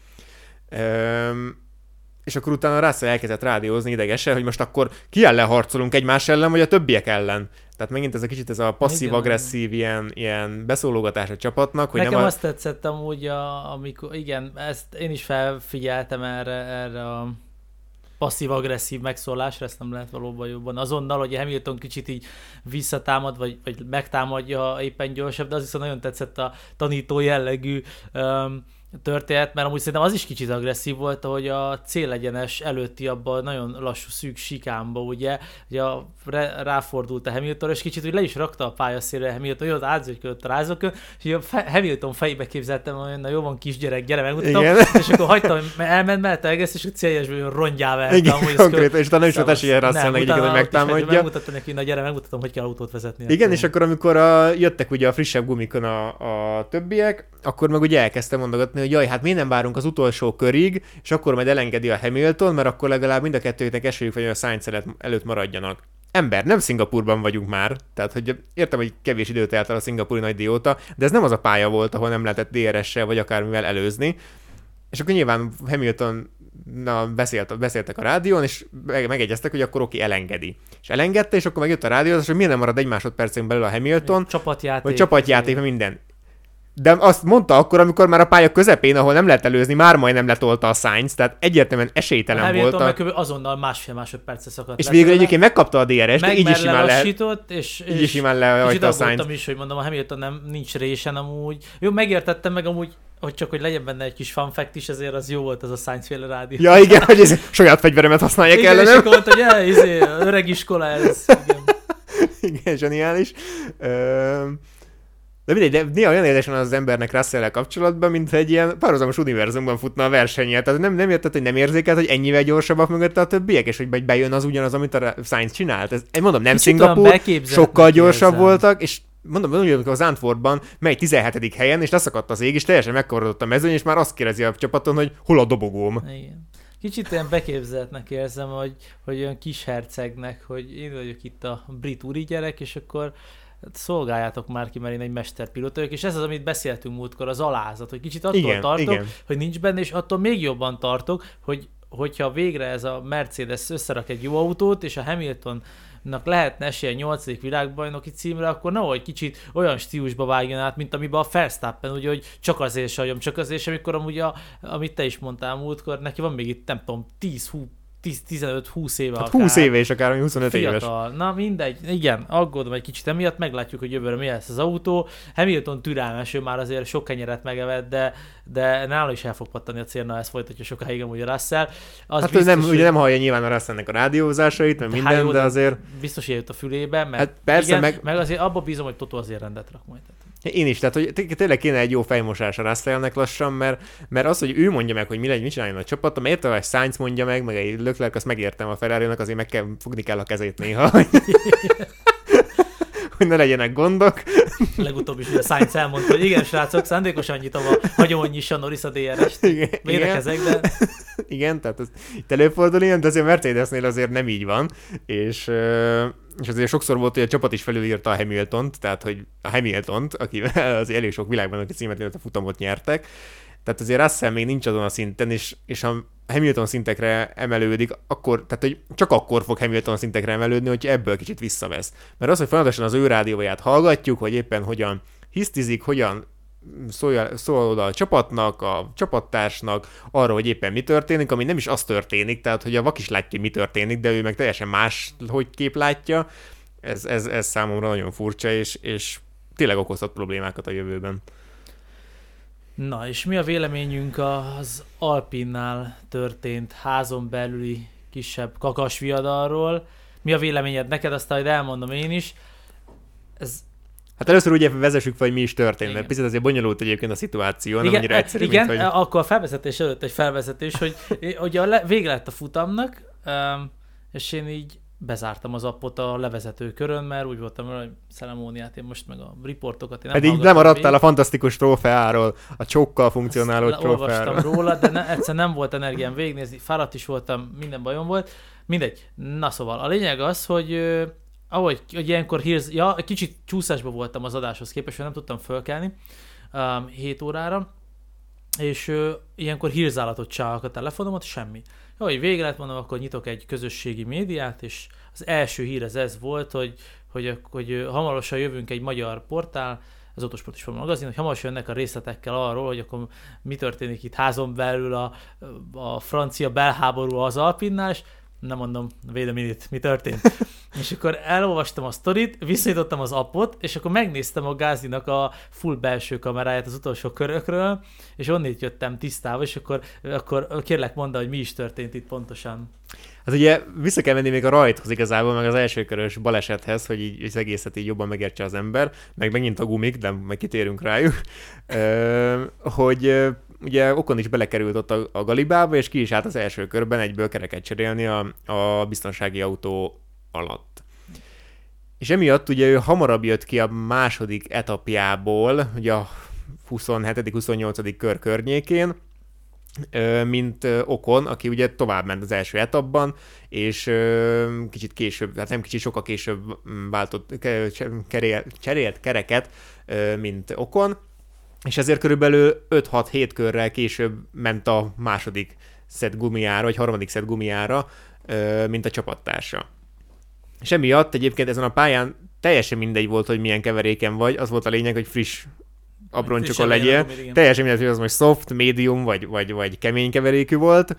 És akkor utána Russell elkezdett rádiózni idegesen, hogy most akkor ki ellen harcolunk egymás ellen, vagy a többiek ellen. Tehát megint ez a kicsit ez a passzív-agresszív ilyen beszólogatás a csapatnak. Hogy nekem azt tetszett amúgy, amikor, igen, ezt én is felfigyeltem erre a passzív-agresszív megszólásra, ezt nem lehet valóban jobban. Azonnal, hogy Hamilton kicsit így visszatámad, vagy megtámadja éppen gyorsabb, de az viszont nagyon tetszett a tanító jellegű történet, mert amúgy szerintem az is kicsit agresszív volt, hogy a célegyenes előtti abban nagyon lassú szűk sikánba, ugye ráfordult a Hamilton, és kicsit úgy le is rakta a pályaszélre a Hamilton, hogy ott átzögykölött a rázókön, és a Hamilton fejébe képzeltem, hogy na jó van kisgyerek, gyere megmutatom, és akkor hagytam, elment mellette egész, és a céljegyesből rongyává eltem. Igen, konkrétan, és utána nem is volt esélye Russellnek egyébként, hogy megtámadja. Megmutatta neki, na gyere, megmutatom, hogy kell autót vezetni. Igen, és akkor amikor jöttek ugye a frissebb gumikon a többiek, akkor meg ugye elkezdtem mondogatni, hogy jaj, hát miért nem várunk az utolsó körig, és akkor majd elengedi a Hamilton, mert akkor legalább mind a kettőjüknek esélyük van, hogy a Sainz előtt maradjanak. Ember, nem Szingapurban vagyunk már, tehát hogy értem, hogy kevés időt eltelt a szingapúri nagy dióta, de ez nem az a pálya volt, ahol nem lehetett DRS-sel vagy akármivel előzni. És akkor nyilván beszéltek a rádión, és megegyeztek, hogy akkor oké, elengedi. És elengedte, és akkor megjött a rádió, hogy miért nem marad egy másodpercen belül a Hamilton, vagy csapatjáték, minden. De azt mondta akkor, amikor már a pálya közepén, ahol nem lehet előzni, már majdnem letolta a Sainz, tehát egyértelműen esélytelen volt. Hamilton meg azonnal másfél másodperce szakadt. És végül egyébként megkapta a DRS-t, de így is simán így is simán lehajta a Sainz. És is, hogy mondom, a Hamilton nincs résen amúgy. Jó, megértettem meg amúgy, hogy csak hogy legyen benne egy kis fun fact is, ezért az jó volt ez a Sainz-féle rádió. Ja igen, hogy ez saját fegyveremet használják ellenem. Igen, és akkor volt, hogy öreg iskola ez. Igen, zseniális. De mindegy, de néha olyan érdekesen az embernek Russell-el kapcsolatban, mint egy ilyen párhuzamos univerzumban futna a versenye. Tehát nem érted, hogy nem érzékelt, hogy ennyivel gyorsabbak mögötte a többiek, és hogy bejön az ugyanaz, amit a Sainz csinált. Ez, mondom, nem Szingapúr, sokkal gyorsabb voltak, és mondom, hogy az Zandvoortban megy 17. helyen, és leszakadt az ég, és teljesen megkavarodott a mezőny, és már azt kérdezi a csapaton, hogy hol a dobogóm. Igen. Kicsit ilyen beképzeltnek érzem, hogy olyan kis hercegnek, hogy én vagyok itt a brit úri gyerek, és akkor szolgáljátok már ki, mert én egy mesterpilóta vagyok, és ez az, amit beszéltünk múltkor, az alázat, hogy kicsit attól tartok, hogy nincs benne, és attól még jobban tartok, hogyha végre ez a Mercedes összerak egy jó autót, és a Hamiltonnak lehetne esélye 8. világbajnoki címre, akkor nehogy kicsit olyan stílusba vágjon át, mint amiben a Verstappen, ugye, hogy csak azért, amikor amúgy amit te is mondtál múltkor, neki van még itt, nem tudom, 15-20 éve hát akár. 20 éve és akár 25 fiatal. éves. Na mindegy, igen, aggódom egy kicsit emiatt, meglátjuk, hogy jövőre mi lesz az autó. Hamilton türelmes, ő már azért sok kenyeret megevett, de nála is el fog pattani a cél, na ezt folytatja sokáig amúgy a Russell. Az Hát biztos, nem, ugye nem hallja nyilván a Russellnek a rádiózásait, mert minden, jó, de azért... Biztos jött a fülébe, mert Hát persze, igen, meg azért abba bízom, hogy Totó azért rendet rak majd. Én is, tehát hogy tényleg kéne egy jó fejmosás a Russellnek lassan, mert az, hogy ő mondja meg, hogy mit csináljon a csapat, mert értem, hogy Sainz mondja meg egy Leclerc, azt megértem a Ferrari-nak, azért fogni kell a kezét néha, hogy ne legyenek gondok. Legutóbb is ugye Sainz elmondta, hogy igen, srácok, szándékosan nyitom hagyom, hogy nyissa Norris a DRS-t. Védekezek, de... Igen, tehát ez itt előfordul ilyen, de azért Mercedesnél azért nem így van, és azért sokszor volt, hogy a csapat is felülírta a Hamiltont, tehát hogy a Hamiltont, aki azért elég sok világbajnoki címet, illetve futamot nyertek, tehát azért Russell még nincs azon a szinten, és ha Hamilton szintekre emelődik, akkor, tehát hogy csak akkor fog Hamilton szintekre emelődni, hogyha ebből kicsit visszavesz. Mert az, hogy folyamatosan az ő rádióját hallgatjuk, hogy éppen hogyan hisztizik, hogyan szól oda a csapatnak, a csapattársnak, arra, hogy éppen mi történik, ami nem is az történik, tehát hogy a vak is látja, hogy mi történik, de ő meg teljesen más, hogy kép látja. Ez számomra nagyon furcsa, és tényleg okozhat problémákat a jövőben. Na, és mi a véleményünk az Alpinnál történt házon belüli kisebb kakasviadalról? Mi a véleményed neked? Aztán majd elmondom én is. Hát először ugye vezessük fel, hogy mi is történt, igen. Mert picit azért bonyolult egyébként a szituáció, igen, nem annyira egyszerű, igen, mint hogy... akkor a felvezetés előtt egy felvezetés, hogy vége lett a futamnak, és én így bezártam az appot a levezető körön, mert úgy voltam, hogy ceremóniát, én most meg a riportokat én nem pedig lemaradtál a fantasztikus trófeáról, a csókkal funkcionáló trófeáról. Olvastam róla, de egyszer nem volt energiám végignézni, fáradt is voltam, minden bajom volt. Mindegy. Na szóval, a lényeg az, hogy ahogy ilyenkor kicsit csúszásban voltam az adáshoz képest, hogy nem tudtam fölkelni 7 órára, és ilyenkor hírzálatot csinálok a telefonomat, semmi. Jó, hogy vége lett, mondom, akkor nyitok egy közösségi médiát, és az első hír ez volt, hogy hamarosan jövünk egy magyar portál, az Autosport is magazin, hogy hamarosan jönnek a részletekkel arról, hogy akkor mi történik itt házon belül a francia belháború az Alpinnál, és nem mondom, védeminit, mi történt. És akkor elolvastam a sztorit, visszajutottam az appot, és akkor megnéztem a Gaslynak a full belső kameráját az utolsó körökről, és onnét jöttem tisztába, és akkor kérlek mondd, hogy mi is történt itt pontosan. Hát ugye vissza kell menni még a rajthoz igazából, meg az elsőkörös balesethez, hogy így az egészet így jobban megértse az ember, meg megint a gumik, de meg kitérünk rájuk, hogy ugye Ocon is belekerült ott a galibába, és ki is állt az első körben egyből kereket cserélni a biztonsági autó alatt. És emiatt ugye ő hamarabb jött ki a második etapjából, ugye a 27.-28. kör környékén, mint Ocon, aki ugye tovább ment az első etapban, és kicsit később, hát nem kicsit, sokkal később cserélt kereket, mint Ocon, és ezért körülbelül 5-6-7 körrel később ment a második szett gumiára, vagy harmadik szett gumiára, mint a csapattársa. És emiatt egyébként ezen a pályán teljesen mindegy volt, hogy milyen keveréken vagy, az volt a lényeg, hogy friss abroncsokon legyél. Teljesen mindegy, hogy az most soft, medium, vagy kemény keverékű volt.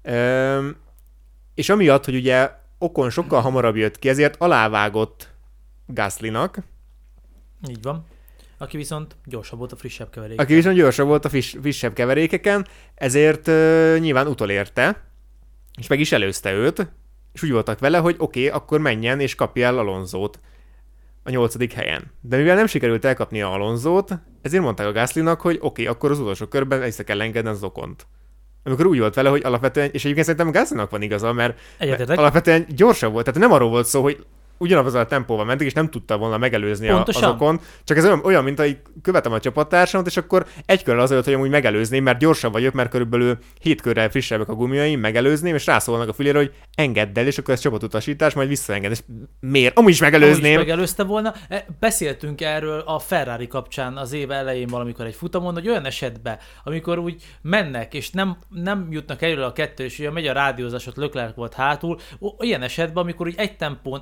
És amiatt, hogy ugye Ocon sokkal hamarabb jött ki, ezért alávágott Gaslynak. Így van. Aki viszont gyorsabb volt a frissebb keverékeken. Ezért nyilván utolérte, és meg is előzte őt, és úgy voltak vele, hogy oké, akkor menjen és kapja el Alonsót a 8. helyen. De mivel nem sikerült elkapnia Alonsót, ezért mondták a Gaslynak, hogy oké, akkor az utolsó körben vissza kell engedni az Ocont. Amikor úgy volt vele, hogy alapvetően, és egyébként szerintem Gaslynak van igaza, mert alapvetően gyorsabb volt, tehát nem arról volt szó, hogy ugyanazzal a tempóval mentek, és nem tudta volna megelőzni az Ocon. Csak ez olyan, mint hogy követem a csapattársamat, és akkor egy körrel azért, hogy amúgy megelőzném, mert gyorsabb vagyok, mert körülbelül 7 körrel frissebbek a gumiaim, megelőzném, és rászólnak a fülére, hogy engedd el, és akkor ez csapatutasítás, majd visszaenged. És miért? Amúgy is megelőzném. Amúgy is megelőzte volna. Beszéltünk erről a Ferrari kapcsán az év elején valamikor egy futamon, hogy olyan esetben, amikor úgy mennek, és nem jutnak előre a kettő, és ugye megy a rádiózás, ott Leclerc volt hátul, olyan esetben, amikor úgy egy tempón, egy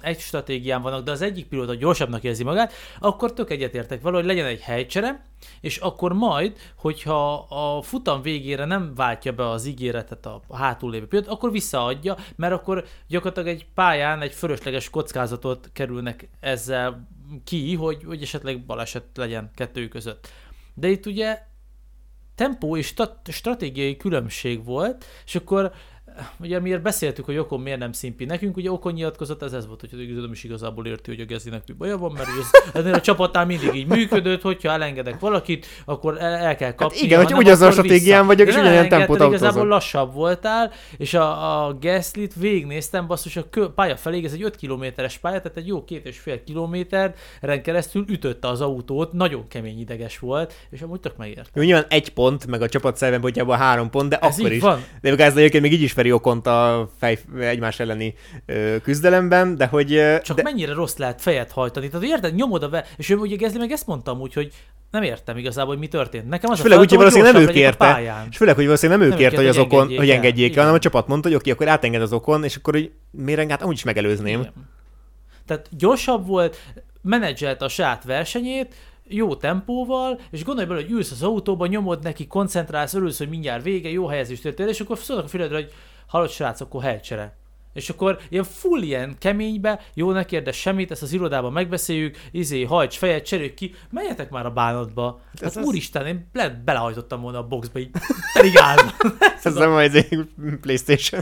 stratégián vannak, de az egyik pilóta gyorsabbnak érzi magát, akkor tök egyetértek vele, hogy legyen egy helycsere, és akkor majd, hogyha a futam végére nem váltja be az ígéretet a hátul lévő pilóta, akkor visszaadja, mert akkor gyakorlatilag egy pályán egy fölösleges kockázatot kerülnek ezzel ki, hogy esetleg baleset legyen kettőjük között. De itt ugye tempó és stratégiai különbség volt, és akkor ugye miért beszéltük, hogy Ocon miért nem szimpi nekünk, ugye Ocon nyilatkozott, ez volt, hogy nem is igazából érti, hogy a Gaslynek mi baja van, mert ennél a csapatnál mindig így működött, hogyha elengedek valakit, akkor el kell kapni. Hát igen, hogy ugyanaz a stratégián vagyok, és ugyanilyen tempót autózom. Igazából lassabb voltál, és a Gaslyt végignéztem, basszus, a pálya felé, ez egy 5 kilométeres pálya, tehát egy jó 2,5 kilométeren keresztül ütötte az autót, nagyon kemény ideges volt, és amúgy tök megérte. Jó, nyilván 1 pont, meg a csapat szempontjából 3 pont, de ez akkor is. Van. De Gasly egyébként még így is feri Ocont a egymás elleni küzdelemben, de hogy... Csak mennyire rossz lehet fejet hajtani. Tehát érted, nyomod és ő ugye Gasly meg ezt mondtam úgy, hogy nem értem igazából, hogy mi történt. Nekem az főleg úgy, hogy valószínűleg nem ő kérte. És főleg, hogy valószínűleg nem ő kérte, hogy az Ocon, hogy engedjék el, hanem a csapat mondta, hogy oké, akkor átenged az Ocon, és akkor hogy miért enged, amúgy is megelőzném. Igen. Tehát gyorsabb volt, menedzselte a saját versenyét, jó tempóval, és gondolj bele, hogy ülsz az autóban, nyomod neki, koncentrálsz, örülsz, hogy mindjárt vége, jó helyezés történt, és akkor szólnak a füledre, hogy hallott srác, akkor helycsere. És akkor ilyen full ilyen keménybe, jó, ne kérdezz semmit, ezt az irodában megbeszéljük, hajts fejet, cseréljük ki, menjetek már a bánatba. Hát úristen, én belehajtottam volna a boxba, így pedig állva. Ez nem majd PlayStation.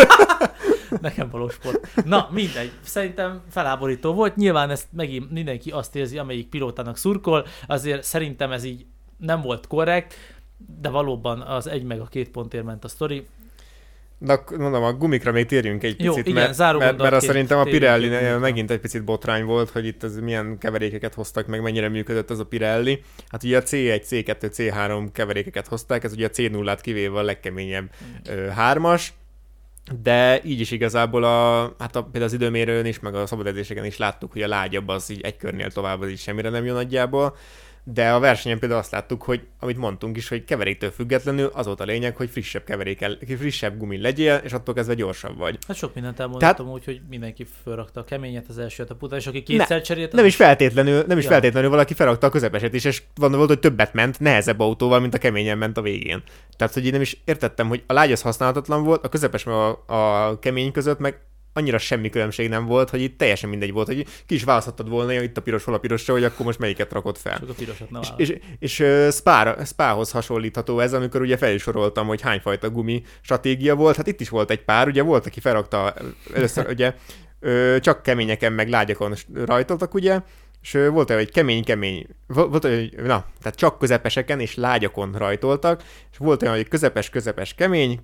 Nekem való sport. Na, mindegy. Szerintem feláborító volt. Nyilván ezt megint mindenki azt érzi, amelyik pilótának szurkol. Azért szerintem ez így nem volt korrekt, de valóban az 1 meg a 2 pontért ment a sztori. De mondom, a gumikra még térjünk egy jó, picit, igen, mert azt szerintem a Pirelli megint egy picit botrány volt, hogy itt ez milyen keverékeket hoztak meg, mennyire működött az a Pirelli. Hát ugye a C1, C2, C3 keverékeket hozták, ez ugye a C0-át kivéve a legkeményebb 3-as, de így is igazából például az időmérőn is, meg a szabadedzéseken is láttuk, hogy a lágyabb az így egy körnél tovább az így semmire nem jön nagyjából. De a versenyen például azt láttuk, hogy amit mondtunk is, hogy keveréktől függetlenül az volt a lényeg, hogy frissebb gumi legyél, és attól kezdve gyorsabb vagy. Hát sok mindent elmondhatom úgy, hogy mindenki felrakta a keményet, az elsőt a puta, és aki kétszer cserélt. Nem is feltétlenül valaki felrakta a közepeset is, és volt, hogy többet ment, nehezebb autóval, mint a keményen ment a végén. Tehát, hogy én nem is értettem, hogy a lágy az használhatatlan volt, a közepes a kemény között meg annyira semmi különbség nem volt, hogy itt teljesen mindegy volt, hogy ki is választhattad volna, hogy itt a piros, hol a pirosra, hogy akkor most melyiket rakod fel. Csak a pirosat nem és Spa-hoz hasonlítható ez, amikor ugye felsoroltam, hogy hányfajta gumi stratégia volt. Hát itt is volt egy pár, ugye volt, aki felrakta először, ugye csak keményeken meg lágyakon rajtoltak, ugye, és volt olyan, hogy kemény, volt olyan, hogy tehát csak közepeseken és lágyakon rajtoltak, és volt olyan, hogy közepes, kemény,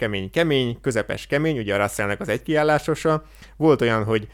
ugye a Russellnek az egy kiállásosa, volt olyan, hogy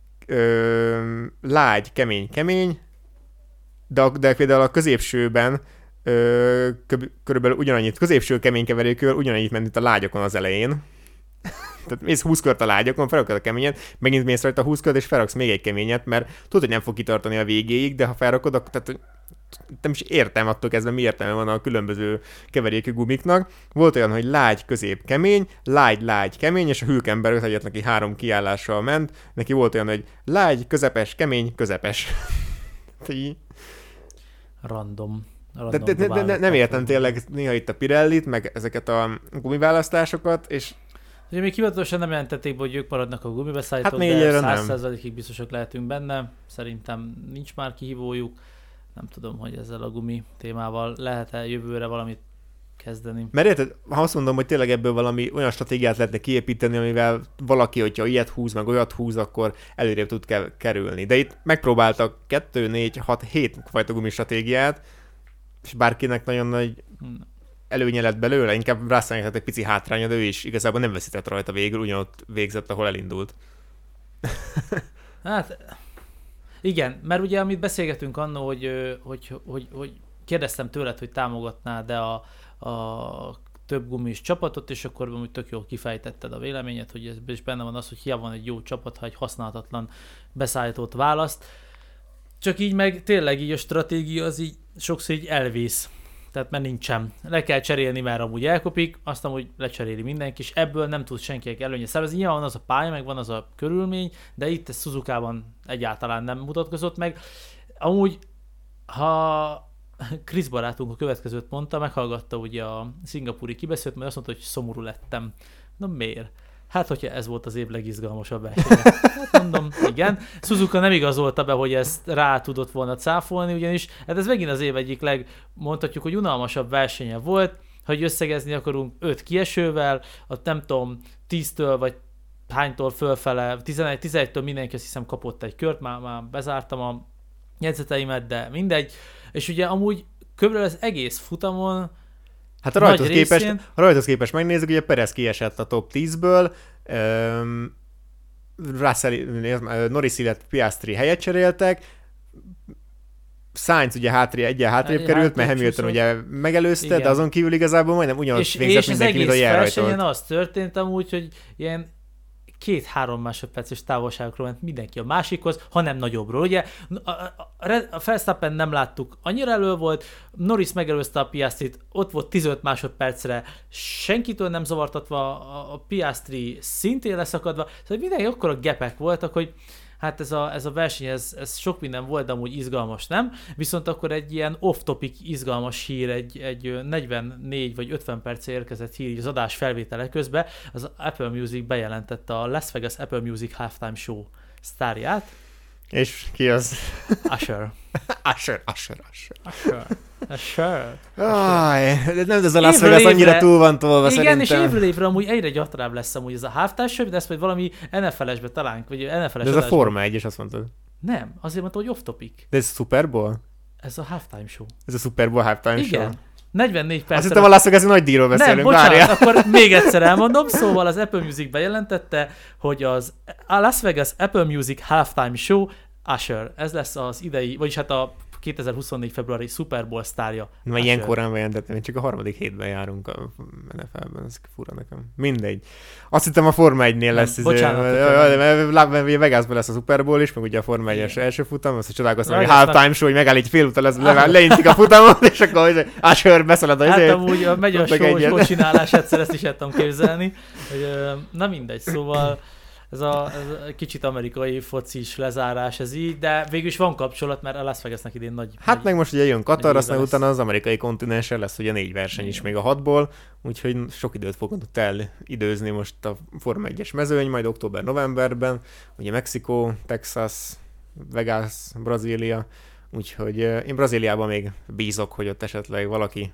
lágy, kemény, de például a középsőben körülbelül ugyanannyit, középső kemény keverőkör ugyanannyit ment, mint a lágyakon az elején. Tehát mész 20 kört a lágyakon, felrakod a keményet, megint mész rajta 20 kört, és felraksz még egy keményet, mert tudod, hogy nem fog kitartani a végéig, de ha felrakod, akkor tehát nem is értem attól kezdve, mi értelme van a különböző keverékű gumiknak. Volt olyan, hogy lágy, közép, kemény, lágy, kemény, és a Hülkenberg egyet neki 3 kiállással ment. Neki volt olyan, hogy lágy, közepes, kemény, közepes. Random. De nem értem tényleg néha itt a Pirellit, meg ezeket a gumiválasztásokat, és ugye még hivatalosan nem jelentették be, hogy ők maradnak a gumibeszállítók, hát de 100%-ig biztosak lehetünk benne. Szerintem nincs már kihívójuk. Nem tudom, hogy ezzel a gumi témával lehet-e jövőre valamit kezdeni. Mert érted, ha azt mondom, hogy tényleg ebből valami olyan stratégiát lehetne kiépíteni, amivel valaki, hogyha ilyet húz, meg olyat húz, akkor előrébb tud kerülni. De itt megpróbáltak 2, 4, 6, 7 fajta gumistratégiát, és bárkinek nagyon nagy előnye lett belőle, inkább Russellnek egy pici hátránya, de ő is igazából nem veszített rajta végül, ugyanott végzett, ahol elindult. Hát igen, mert ugye amit beszélgetünk annó, hogy kérdeztem tőled, hogy támogatnád-e a több gumis csapatot, és akkor úgy tök jól kifejtetted a véleményed, hogy ez is benne van az, hogy hiába van egy jó csapat, ha egy használhatatlan beszállítót választ. Csak így meg tényleg így a stratégia az így sokszor így elvész. Tehát mert nincsen. Le kell cserélni, mert amúgy elkopik, azt amúgy lecseréli mindenki, és ebből nem tud senkinek előnye szervezni. Nyilván van az a pálya, meg van az a körülmény, de itt ez Suzukában egyáltalán nem mutatkozott meg. Amúgy, ha Krisz barátunk a következőt mondta, meghallgatta ugye a szingapúri kibeszélt, majd azt mondta, hogy szomorú lettem. Na miért? Hát, hogyha ez volt az év legizgalmasabb versenye. Hát mondom, igen. Suzuka nem igazolta be, hogy ezt rá tudott volna cáfolni, ugyanis hát ez megint az év egyik mondhatjuk, hogy unalmasabb versenye volt, hogy összegezni akarunk 5 kiesővel, nem tudom, 10-től vagy hánytól fölfele, 11-től mindenki azt hiszem kapott egy kört, már bezártam a jegyzeteimet, de mindegy. És ugye amúgy körülbelül az egész futamon hát a rajthoz képest megnézzük, ugye Perez kiesett a top 10-ből, Norris, illetve Piastri helyet cseréltek, Sainz ugye hátrébb került, mert Hamilton ugye megelőzte, igen. De azon kívül igazából majdnem ugyanazt végzett mindenki, mint a jelrajtolt. És az egész versenyen az történt amúgy, hogy ilyen 2-3 másodperces távolságokról ment mindenki a másikhoz, hanem nagyobbról. Ugye a Verstappen nem láttuk, annyira elő volt, Norris megelőzte a Piastrit, ott volt 15 másodpercre, senkitől nem zavartatva, a Piastri szintén leszakadva, szóval mindenki akkora gepek voltak, hogy hát ez a verseny, ez sok minden volt, de amúgy izgalmas, nem? Viszont akkor egy ilyen off-topic izgalmas hír, egy 44 vagy 50 perce érkezett hír az adás felvétele közben, az Apple Music bejelentette a Las Vegas Apple Music Halftime Show sztárját. És ki az? Usher. Usher. De nem, ez a Las Vegas annyira túl van tolva igen, szerintem. És évről évre amúgy egyre gyatrább lesz amúgy ez a halftime show, de ezt majd valami NFL-esbe talán, vagy NFL-es de ez a Forma 1, és azt mondtad. Nem, azért mondta, hogy off-topic. De ez Super Bowl? Ez a halftime show. Ez a Super Bowl halftime show? Igen. 44 percre. Azt hittem a Las Vegas nagy díjról beszélünk. Nem, bocsánat, akkor még egyszer elmondom. Szóval az Apple Music bejelentette, hogy a Las Vegas Apple Music Halftime Show Usher. Ez lesz az idei, vagyis hát a 2024. februári Super Bowl sztárja. Na, ilyen korán bejelentettem, én csak a harmadik hétben járunk a NFL-ben, ez fura nekem. Mindegy. Azt hittem a Forma 1-nél lesz. Bocsánat. Vegasban lesz a Super Bowl is, meg ugye a Forma 1-es első futam, azt csodálkoztam, hogy halftime show, hogy megáll így fél után, leintik a futamot, és akkor Usher beszalad az hát amúgy megy a show csinálás, egyszer ezt is tudtam képzelni. Na mindegy, szóval ez a kicsit amerikai focis lezárás, ez így, de végül is van kapcsolat, mert a Las Vegasnak idén nagy... Hát meg most ugye jön Katar, aztán utána az amerikai kontinensen lesz ugye 4 verseny is még a 6-ból, úgyhogy sok időt fogunk elidőzni most a Forma 1-es mezőny, majd október-novemberben, ugye Mexikó, Texas, Vegas, Brazília, úgyhogy én Brazíliában még bízok, hogy ott esetleg valaki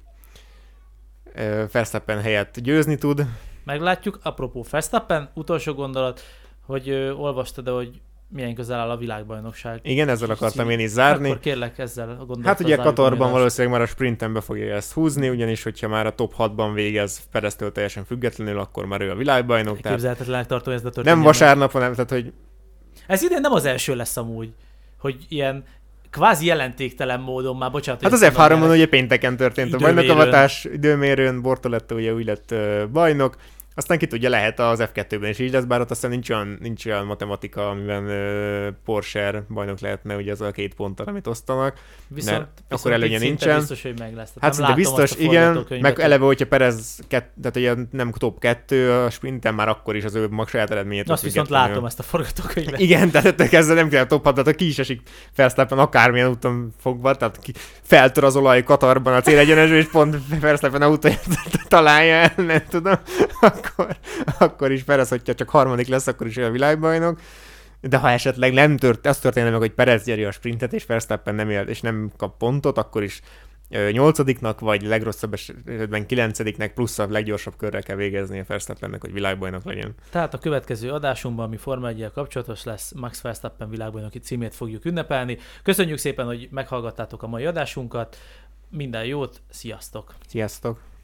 Verstappen helyett győzni tud. Meglátjuk, apropó Verstappen, utolsó gondolat, hogy olvastad, hogy milyen közel áll a világbajnokság. Igen, ezzel akartam én is zárni. Akkor kérlek ezzel a gondolatot. Hát ugye Katarban valószínűleg már a sprinten be fogja ezt húzni, ugyanis hogyha már a top 6-ban végez Pereztől teljesen függetlenül, akkor már ő a világbajnok. Képzelhetetlenek tartom, ez történjen. Nem vasárnap, hanem tehát, hogy... Ez idén nem az első lesz amúgy, hogy ilyen kvázi jelentéktelen módon már, bocsánat. Hát az F3-on ugye pénteken történt a bajnokavatás, időmérőn, Bortoletto ugye úgy lett bajnok. Aztán ki tudja, lehet az F2-ben is így lesz, bár ott aztán nincs olyan matematika, amiben Porsche bajnok lehetne, ugye az a 2 ponttal, amit osztanak. Viszont akkor előnye nincsen. Biztos, hogy meg lesz. Hát szinte biztos, igen, meg eleve, hogyha Perez, tehát ugye nem top 2 a sprinten, már akkor is az ő mag saját eredményét. Azt viszont látom ezt a forgatókönyvet. Igen, tehát ezzel nem kell top 6, tehát ki is esik Verstappen akármilyen úton fogva, tehát feltör az olaj Katarban a célegyenesben, és pont Verstappen autóját találja el, nem tudom. Akkor is Perez, hogyha csak harmadik lesz, akkor is ő a világbajnok. De ha esetleg nem az történne meg, hogy Perez gyeri a sprintet, és Verstappen nem él, és nem kap pontot, akkor is 8-nak, vagy legrosszabb esetben 9-nek, plusz a leggyorsabb körrel kell végezni a Verstappennek, hogy világbajnok legyen. Tehát a következő adásunkban, ami Forma 1-jel kapcsolatos lesz, Max Verstappen világbajnoki címét fogjuk ünnepelni. Köszönjük szépen, hogy meghallgattátok a mai adásunkat. Minden jót, sziasztok! Sziasztok!